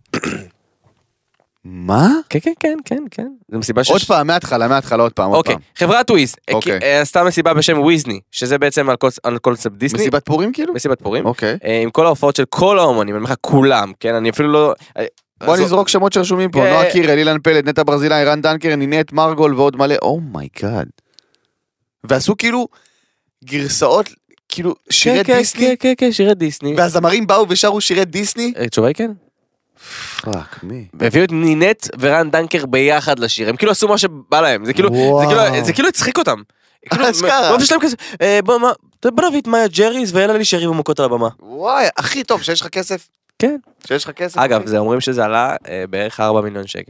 מה? כן, כן, כן, כן, כן. זה מסיבה ש... עוד פעם, מההתחלה, מההתחלה, עוד פעם, עוד פעם. אוקיי, חברת וויז, אוקיי. עשתה מסיבה בשם וויזני, שזה בעצם על קונספט דיסני. מסיבת פורים כאילו? מסיבת פורים. אוקיי. עם כל ההופעות של כל האומנים, אני אומר לך כולם, כן, אני אפילו לא... בוא נזרוק שמות שרשומים פה, נועה קירל, אילן פלד, נטע ברזילי, רן דנקר, נינת מרגול ועוד מלא, אומייגאד. ועשו כאילו גרסאות, כאילו שירי דיסני? כן, כן, כן, שירי דיסני. והזמרים באו ושרו שירי דיסני? תשובה היא כן. פאק, מי? והביאו את נינת ורן דנקר ביחד לשיר, הם כאילו עשו מה שבא להם, זה כאילו, זה כאילו הצחיק אותם. אשכרה. בוא נביא את מאיה ג'ריס ואלה לי שרים ומוקות על הבמה. וואי, הכי טוב, שיש לך כסף. כן. שיש לך כסף. אגב, זה אומרים שזה עלה בערך ארבעה מיליון שקל.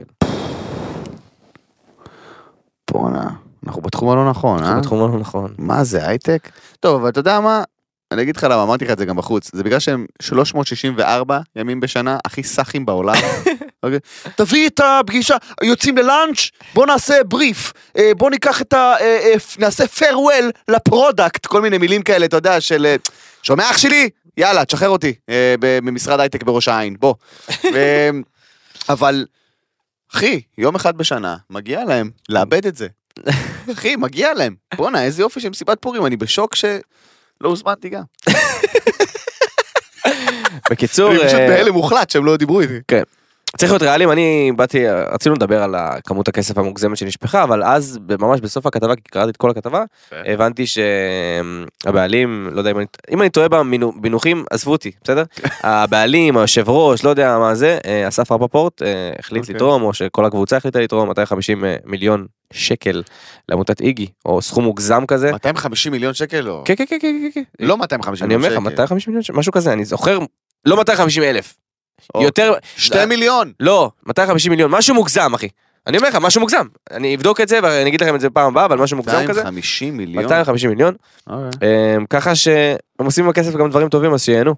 בואנה, אנחנו בתחום הלא נכון, אה? אנחנו בתחום הלא נכון. מה זה, הייטק? טוב, אבל אתה יודע מה? אני אגיד לך למה, אמרתי לך את זה גם בחוץ. זה בגלל שהם שלוש מאות שישים וארבע ימים בשנה, הכי סאחים בעולם. תביא את הפגישה, יוצאים ללאנץ', בוא נעשה בריף, בוא ניקח את ה... נעשה פיירוול לפרודקט, כל מיני מילים כאלה, אתה יודע, של... שומע אח שלי? יאללה, תשחרר אותי, במשרד הייטק בראש העין, בוא. אבל, אחי, יום אחד בשנה, מגיע להם לאבד את זה. אחי, מגיע להם. בוא'נה, איזה יופי של מסיבת פורים, אני בשוק שלא הוזמנתי גם. בקיצור... אני פשוט בהלם מוחלט שהם לא דיברו איתי. כן. צריך להיות ריאליים, אני באתי, רצינו לדבר על כמות הכסף המוגזמת שנשפחה, אבל אז ממש בסוף הכתבה, כי קראתי את כל הכתבה, הבנתי שהבעלים, לא יודע, אם אני טועה במינוחים, עזבו אותי, בסדר? הבעלים, היושב ראש, לא יודע מה זה, אסף רפפורט החליט לתרום, או שכל הקבוצה החליטה לתרום, מאתיים וחמישים מיליון שקל לעמותת איגי, או סכום מוגזם כזה. מאתיים וחמישים מיליון שקל או? כן, כן, כן, כן. לא מאתיים וחמישים מיליון שקל. אני אומר לך, מאתיים וחמישים מיליון שקל, משהו כזה, אני זוכר, לא מאתיים וחמישים אלף. יותר... שתי מיליון. לא, מאתיים וחמישים מיליון, משהו מוגזם, אחי. אני אומר לך, משהו מוגזם. אני אבדוק את זה, ואני אגיד לכם את זה פעם הבאה, אבל משהו מוגזם כזה. מאתיים וחמישים מיליון? מאתיים וחמישים מיליון. ככה שהם עושים עם הכסף גם דברים טובים, אז שיהנו.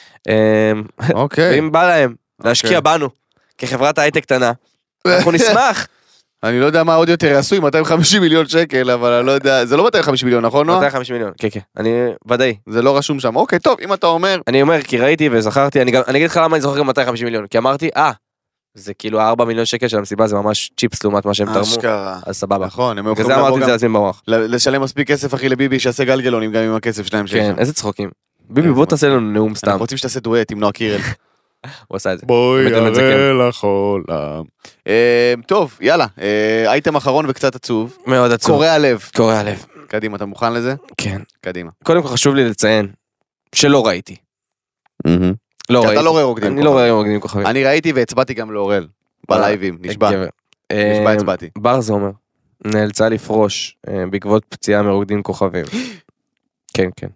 אוקיי. ואם בא להם להשקיע בנו, כחברת הייטק קטנה, אנחנו נשמח. אני לא יודע מה עוד יותר יעשו עם מאתיים וחמישים מיליון שקל, אבל אני לא יודע, זה לא מאתיים וחמישים מיליון, נכון? מאתיים וחמישים מיליון, כן, כן, אני ודאי. זה לא רשום שם, אוקיי, טוב, אם אתה אומר... אני אומר, כי ראיתי וזכרתי, אני אגיד לך למה אני זוכר גם מאתיים וחמישים מיליון, כי אמרתי, אה, זה כאילו ארבעה מיליון שקל של המסיבה, זה ממש צ'יפס לעומת מה שהם תרמו. אשכרה. אז סבבה. נכון, הם יכולים אמרתי את זה לעצמי במוח. לשלם מספיק כסף, אחי, לביבי, שיעשה גלגלונים גם עם הכסף שלהם. כן, איזה צחוקים. ביבי, בוא תעשה לנו נאום סתם. אנחנו רוצים שתעשה דואט עם נועה קירל. הוא עשה את זה. בואי יראה לך עולם. טוב, יאללה, אייטם אחרון וקצת עצוב. מאוד עצוב. קורע הלב. קורע הלב. קדימה, אתה מוכן לזה? כן. קדימה. קודם כל חשוב לי לציין שלא ראיתי. לא ראיתי. אתה לא רואה רוקדים כוכבים. אני לא רואה רוקדים כוכבים. אני ראיתי והצבעתי גם לאורל. בלייבים, נשבע. נשבע הצבעתי. בר זומר נאלצה לפרוש בעקבות פציעה מרוקדים כוכבים. כן, כן.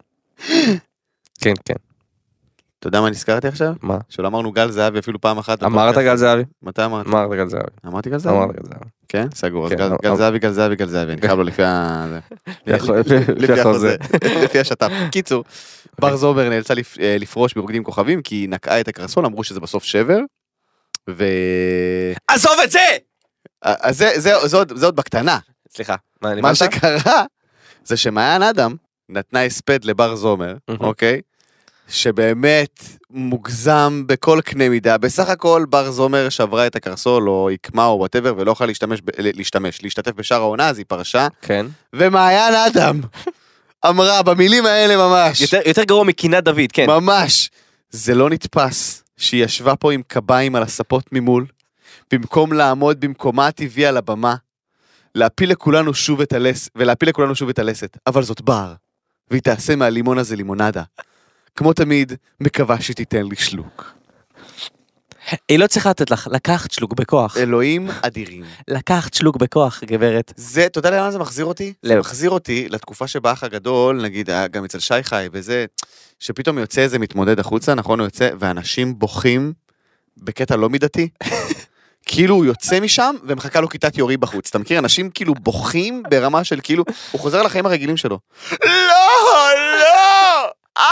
כן, כן. אתה יודע מה נזכרתי עכשיו? מה? שלא אמרנו גל זהבי אפילו פעם אחת. אמרת גל זהבי? מתי אמרת? אמרת גל זהבי. אמרתי גל זהבי? אמרת גל זהבי. כן? סגור. אז גל זהבי, גל זהבי, גל זהבי. אני חייב לו לפי ה... לפי החוזה. לפי השטף. קיצור, בר זומר נאלצה לפרוש ברוקדים כוכבים, כי היא נקעה את הקרסול, אמרו שזה בסוף שבר. ו... עזוב את זה! אז זה עוד בקטנה. סליחה. מה שקרה, זה שמעיין אדם נתנה הספד לבר זומר, אוקיי? שבאמת מוגזם בכל קנה מידה. בסך הכל בר זומר שברה את הקרסול או עקמה או whatever ולא יכולה להשתמש, להשתמש, להשתתף בשאר העונה, אז היא פרשה. כן. ומעיין אדם אמרה במילים האלה ממש. יותר, יותר גרוע מקינת דוד, כן. ממש. זה לא נתפס שהיא ישבה פה עם קביים על הספות ממול, במקום לעמוד במקומה הטבעי על הבמה, להפיל לכולנו שוב את הלס, ולהפיל לכולנו שוב את הלסת. אבל זאת בר, והיא תעשה מהלימון הזה לימונדה. כמו תמיד, מקווה שתיתן לי שלוק. היא לא צריכה לתת לך, לקחת שלוק בכוח. אלוהים אדירים. לקחת שלוק בכוח, גברת. זה, אתה יודע לאן זה מחזיר אותי? לא. זה מחזיר אותי לתקופה שבה אח הגדול, נגיד, גם אצל שי חי, וזה, שפתאום יוצא איזה מתמודד החוצה, נכון, הוא יוצא, ואנשים בוכים בקטע לא מידתי. כאילו הוא יוצא משם, ומחכה לו כיתת יורי בחוץ. אתה מכיר? אנשים כאילו בוכים ברמה של כאילו, הוא חוזר לחיים הרגילים שלו. לא, לא!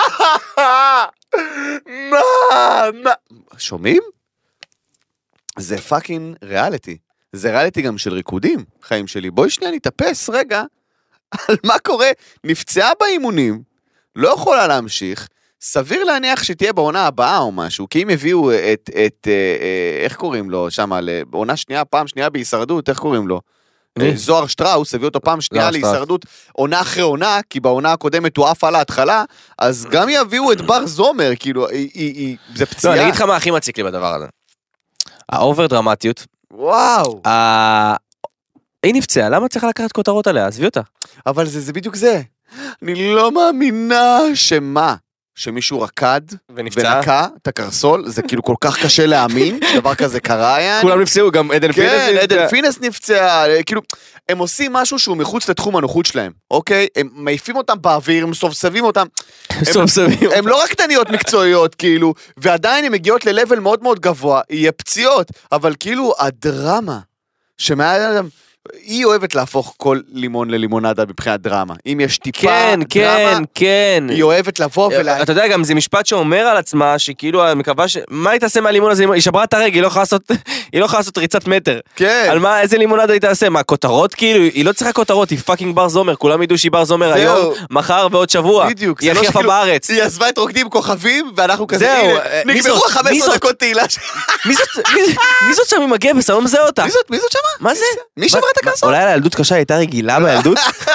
מה? מה? שומעים? זה פאקינג ריאליטי. זה ריאליטי גם של ריקודים, חיים שלי. בואי שנייה נתאפס רגע על מה קורה. נפצעה באימונים, לא יכולה להמשיך, סביר להניח שתהיה בעונה הבאה או משהו, כי אם הביאו את, את איך קוראים לו שם, בעונה שנייה, פעם שנייה בהישרדות, איך קוראים לו? זוהר שטראוס, הביאו אותו פעם שנייה להישרדות, עונה אחרי עונה, כי בעונה הקודמת הוא אף על ההתחלה, אז גם יביאו את בר זומר, כאילו, זה פציעה. לא, אני אגיד לך מה הכי מציק לי בדבר הזה. האובר דרמטיות. וואו. היא נפצעה, למה צריך לקחת כותרות עליה? עזבי אותה. אבל זה, זה בדיוק זה. אני לא מאמינה שמה, שמישהו רקד ונקע את הקרסול, זה כאילו כל כך קשה להאמין, דבר כזה קרה יעני. כולם נפצעו, גם עדן פינס נפצע. כן, עדן פינס נפצע, כאילו, הם עושים משהו שהוא מחוץ לתחום הנוחות שלהם, אוקיי? הם מעיפים אותם באוויר, הם סובסבים אותם. סובסבים. הם לא רק קטניות מקצועיות, כאילו, ועדיין הם מגיעות ללבל מאוד מאוד גבוה, יהיה פציעות, אבל כאילו, הדרמה, שמעל... היא אוהבת להפוך כל לימון ללימונדה מבחינת דרמה. אם יש טיפה כן, דרמה, כן, כן. היא אוהבת לבוא ולה... אתה יודע, גם זה משפט שאומר על עצמה, שכאילו, אני מקווה ש... מה היא תעשה מהלימון הזה? היא שברה את הרגל, היא לא יכולה לעשות, היא לא יכולה לעשות ריצת מטר. כן. על מה, איזה לימונדה היא תעשה? מה, כותרות כאילו? היא לא צריכה כותרות, היא פאקינג בר זומר, כולם ידעו שהיא בר זומר היום, מחר ועוד שבוע. בדיוק. היא הכי יפה בארץ. היא עזבה את רוקדים כוכבים, ואנחנו כזה, זהו, הנה, נגמרו חמש עשרה דקות תהילה. מי זאת שם עם הגבס? אני לא מזהה אותה. מי זאת שמה? מה זה? מי שברה את הקרסול? אולי הילדות קשה הייתה רגילה בילדות?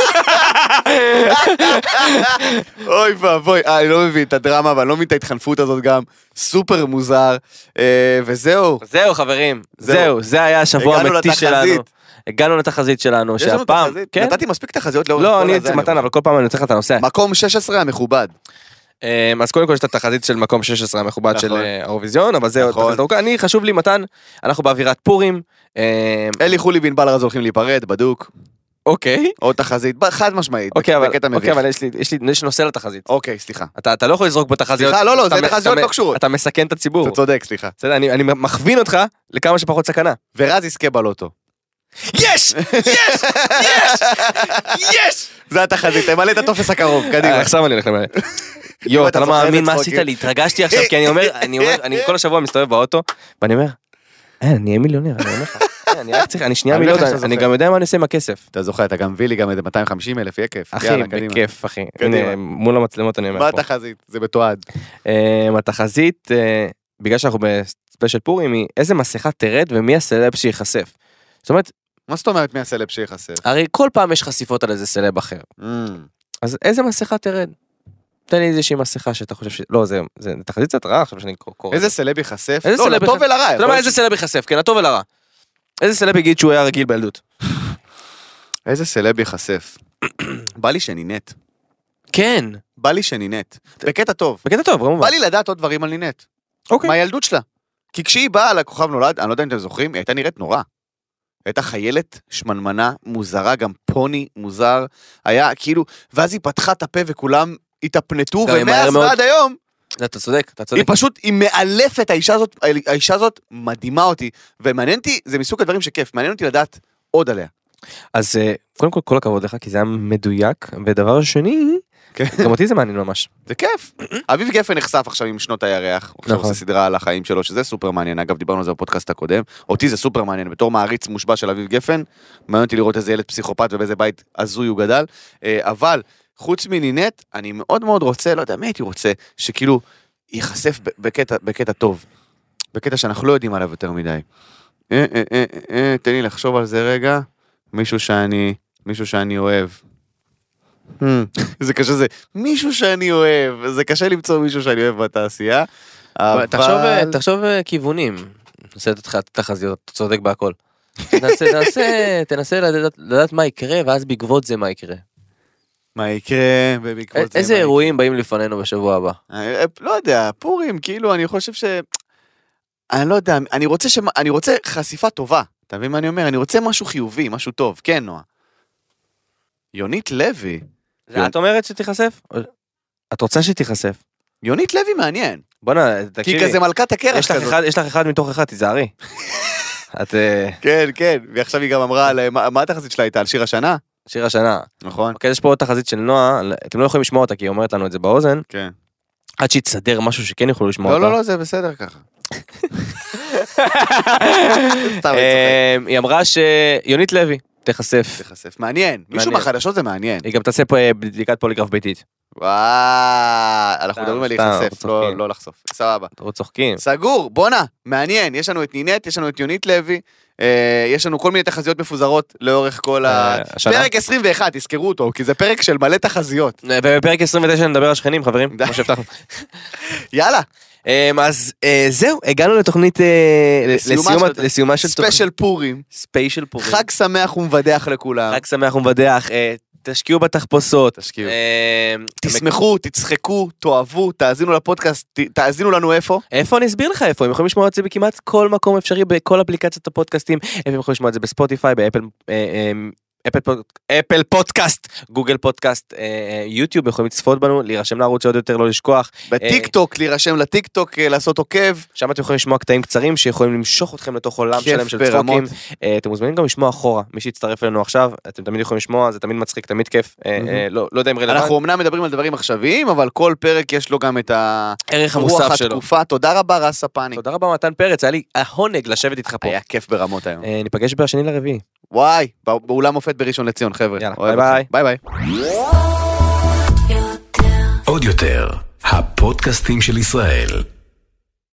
אוי ואבוי, אני לא מבין את הדרמה, ואני לא מבין את ההתחנפות הזאת גם, סופר מוזר, וזהו. זהו חברים, זהו, זה היה השבוע המתי שלנו. הגענו לתחזית שלנו, שהפעם... נתתי מספיק תחזיות לאורך לא, אני אצל מתן, אבל כל פעם אני צריך את הנושא. מקום שש עשרה המכובד. אז קודם כל יש את התחזית של מקום שש עשרה המכובד של האירוויזיון, אבל זהו, אני חשוב לי מתן, אנחנו באווירת פורים. אלי חולי וענבל רז הולכים להיפרד, בדוק. אוקיי. עוד תחזית, חד משמעית. אוקיי, אבל, אוקיי, אבל יש לי, יש לי, יש נושא לתחזית. אוקיי, סליחה. אתה, אתה לא יכול לזרוק בתחזיות. סליחה, לא, לא, זה תחזיות לא קשורות. אתה מסכן את הציבור. אתה צודק, סליחה. בסדר, אני, אני מכווין אותך לכמה שפחות סכנה. ורז יזכה בלוטו. יש! יש! יש! יש! זה התחזית, תמלא את הטופס הקרוב, קדימה. עכשיו אני הולך למלא. יו, אתה לא מאמין מה עשית לי, התרגשתי עכשיו, כי אני אומר, אני אומר, אני כל השבוע מסתובב באוטו, ואני אומר, אני אהיה מיליונר, אני אומר לך. אני רק צריך, אני שנייה מיליון, אני גם יודע מה אני עושה עם הכסף. אתה זוכר, אתה גם מביא לי גם איזה מאתיים וחמישים אלף, יהיה כיף. אחי, בכיף, אחי. הנה, מול המצלמות אני אומר פה. מה התחזית? זה מתועד. התחזית, בגלל שאנחנו בספיישל פורים, היא איזה מסכה תרד ומי הסלב שיחשף. זאת אומרת, מה זאת אומרת מי הסלב שיחשף? הרי כל פעם יש חשיפות על איזה סלב אחר. אז איזה מסכה תרד? תן לי איזושהי מסכה שאתה חושב ש... לא, זה תחזית קצת רע, עכשיו שאני קורא. איזה סלב יחשף? לא, לטוב ולרע. לא, איזה סלב יחשף, כן, לטוב ולרע. איזה סלב יגיד שהוא היה רגיל בילדות? איזה סלב יחשף? בא לי שנינט. כן. בא לי שנינט. בקטע טוב. בקטע טוב, כמובן. בא לי לדעת עוד דברים על נינט. אוקיי. מהילדות שלה. כי כשהיא באה לכוכב נולד, אני לא יודע אם אתם זוכרים, היא הייתה נראית נורא. הייתה חיילת שמנמנה מוזרה, גם פוני מוזר. היה כאילו, ואז היא פתחה את הפה וכולם התאפנטו, ומאז ועד היום, אתה צודק, אתה צודק. היא פשוט, היא מאלפת, האישה הזאת, האישה הזאת מדהימה אותי, ומעניין אותי, זה מסוג הדברים שכיף, מעניין אותי לדעת עוד עליה. אז קודם כל, כל הכבוד לך, כי זה היה מדויק, ודבר שני, גם אותי זה מעניין ממש. זה כיף. אביב גפן נחשף עכשיו עם שנות הירח, עכשיו עושה סדרה על החיים שלו, שזה סופר מעניין, אגב דיברנו על זה בפודקאסט הקודם, אותי זה סופר מעניין, בתור מעריץ מושבע של אביב גפן, מעניין אותי לראות איזה ילד פסיכופת ובאיזה בית הזוי הוא גדל, אבל חוץ מנינט, אני מאוד מאוד רוצה, לא יודע מי הייתי רוצה, שכאילו ייחשף בקטע, בקטע טוב, בקטע שאנחנו לא יודעים עליו יותר מדי. אה, אה, אה, אה, תן לי לחשוב על זה רגע, מישהו שאני, מישהו שאני אוהב. זה קשה, זה מישהו שאני אוהב, זה קשה למצוא מישהו שאני אוהב בתעשייה, אבל... תחשוב, תחשוב כיוונים, ננסה לתת תחזיות, אתה צודק בהכל. תנסה, תנסה, תנסה לדעת מה יקרה, ואז בעקבות זה מה יקרה. מה יקרה, ובעקבות זה... איזה אירועים באים לפנינו בשבוע הבא? לא יודע, פורים, כאילו, אני חושב ש... אני לא יודע, אני רוצה, שמה, אני רוצה חשיפה טובה, אתה מבין מה אני אומר? אני רוצה משהו חיובי, משהו טוב, כן, נועה. יונית לוי. זה את אומרת שתיחשף? את רוצה שתיחשף? יונית לוי מעניין. בוא'נה, תקשיבי. כי כזה מלכת הקרח כזאת. יש לך אחד מתוך אחד, תיזהרי. את... כן, כן, ועכשיו היא גם אמרה, מה התחזית שלה הייתה? על שיר השנה? שיר השנה. נכון. אוקיי, יש פה עוד תחזית של נועה, אתם לא יכולים לשמוע אותה, כי היא אומרת לנו את זה באוזן. כן. עד שיתסדר משהו שכן יוכלו לשמוע לא, אותה. לא, לא, זה בסדר ככה. היא אמרה שיונית לוי תחשף. תחשף, מעניין. מישהו מהחדשות זה מעניין. היא גם תעשה פה בדיקת פוליגרף ביתית. וואו, אנחנו מדברים על להיחשף, לא לחשוף. סבבה. אנחנו צוחקים. סגור, בונה, מעניין. יש לנו את נינת, יש לנו את יונית לוי, יש לנו כל מיני תחזיות מפוזרות לאורך כל ה... פרק עשרים ואחת, תזכרו אותו, כי זה פרק של מלא תחזיות. ובפרק עשרים ותשע נדבר על שכנים, חברים, כמו שהבטחנו. יאללה. אז זהו, הגענו לתוכנית לסיומה של תוכנית. ספיישל פורים. ספיישל פורים. חג שמח ומבדח לכולם. חג שמח ומבדח. תשקיעו בתחפושות. תשקיעו. תשמחו, תצחקו, תאהבו, תאזינו לפודקאסט, תאזינו לנו איפה. איפה אני אסביר לך איפה? הם יכולים לשמוע את זה בכמעט כל מקום אפשרי, בכל אפליקציות הפודקאסטים. הם יכולים לשמוע את זה בספוטיפיי, באפל... אפל פודקאסט, גוגל פודקאסט, יוטיוב, יכולים לצפות בנו, להירשם לערוץ שעוד יותר לא לשכוח. בטיק טוק, להירשם לטיק טוק, לעשות עוקב. שם אתם יכולים לשמוע קטעים קצרים שיכולים למשוך אתכם לתוך עולם שלם של צחוקים. אתם מוזמנים גם לשמוע אחורה, מי שיצטרף אלינו עכשיו, אתם תמיד יכולים לשמוע, זה תמיד מצחיק, תמיד כיף, לא יודע אם רלוונטי. אנחנו אמנם מדברים על דברים עכשוויים, אבל כל פרק יש לו גם את הערך המוסף שלו. תודה רבה רס ספני. תודה רבה מתן פרץ, היה לי העונג לשבת איתך פה. היה כיף ברמות היום. ניפגש בשני לרביעי. וואי, באולם מופת בראשון לציון, חבר'ה. יאללה, ביי ביי. ביי ביי. עוד יותר, הפודקאסטים של ישראל.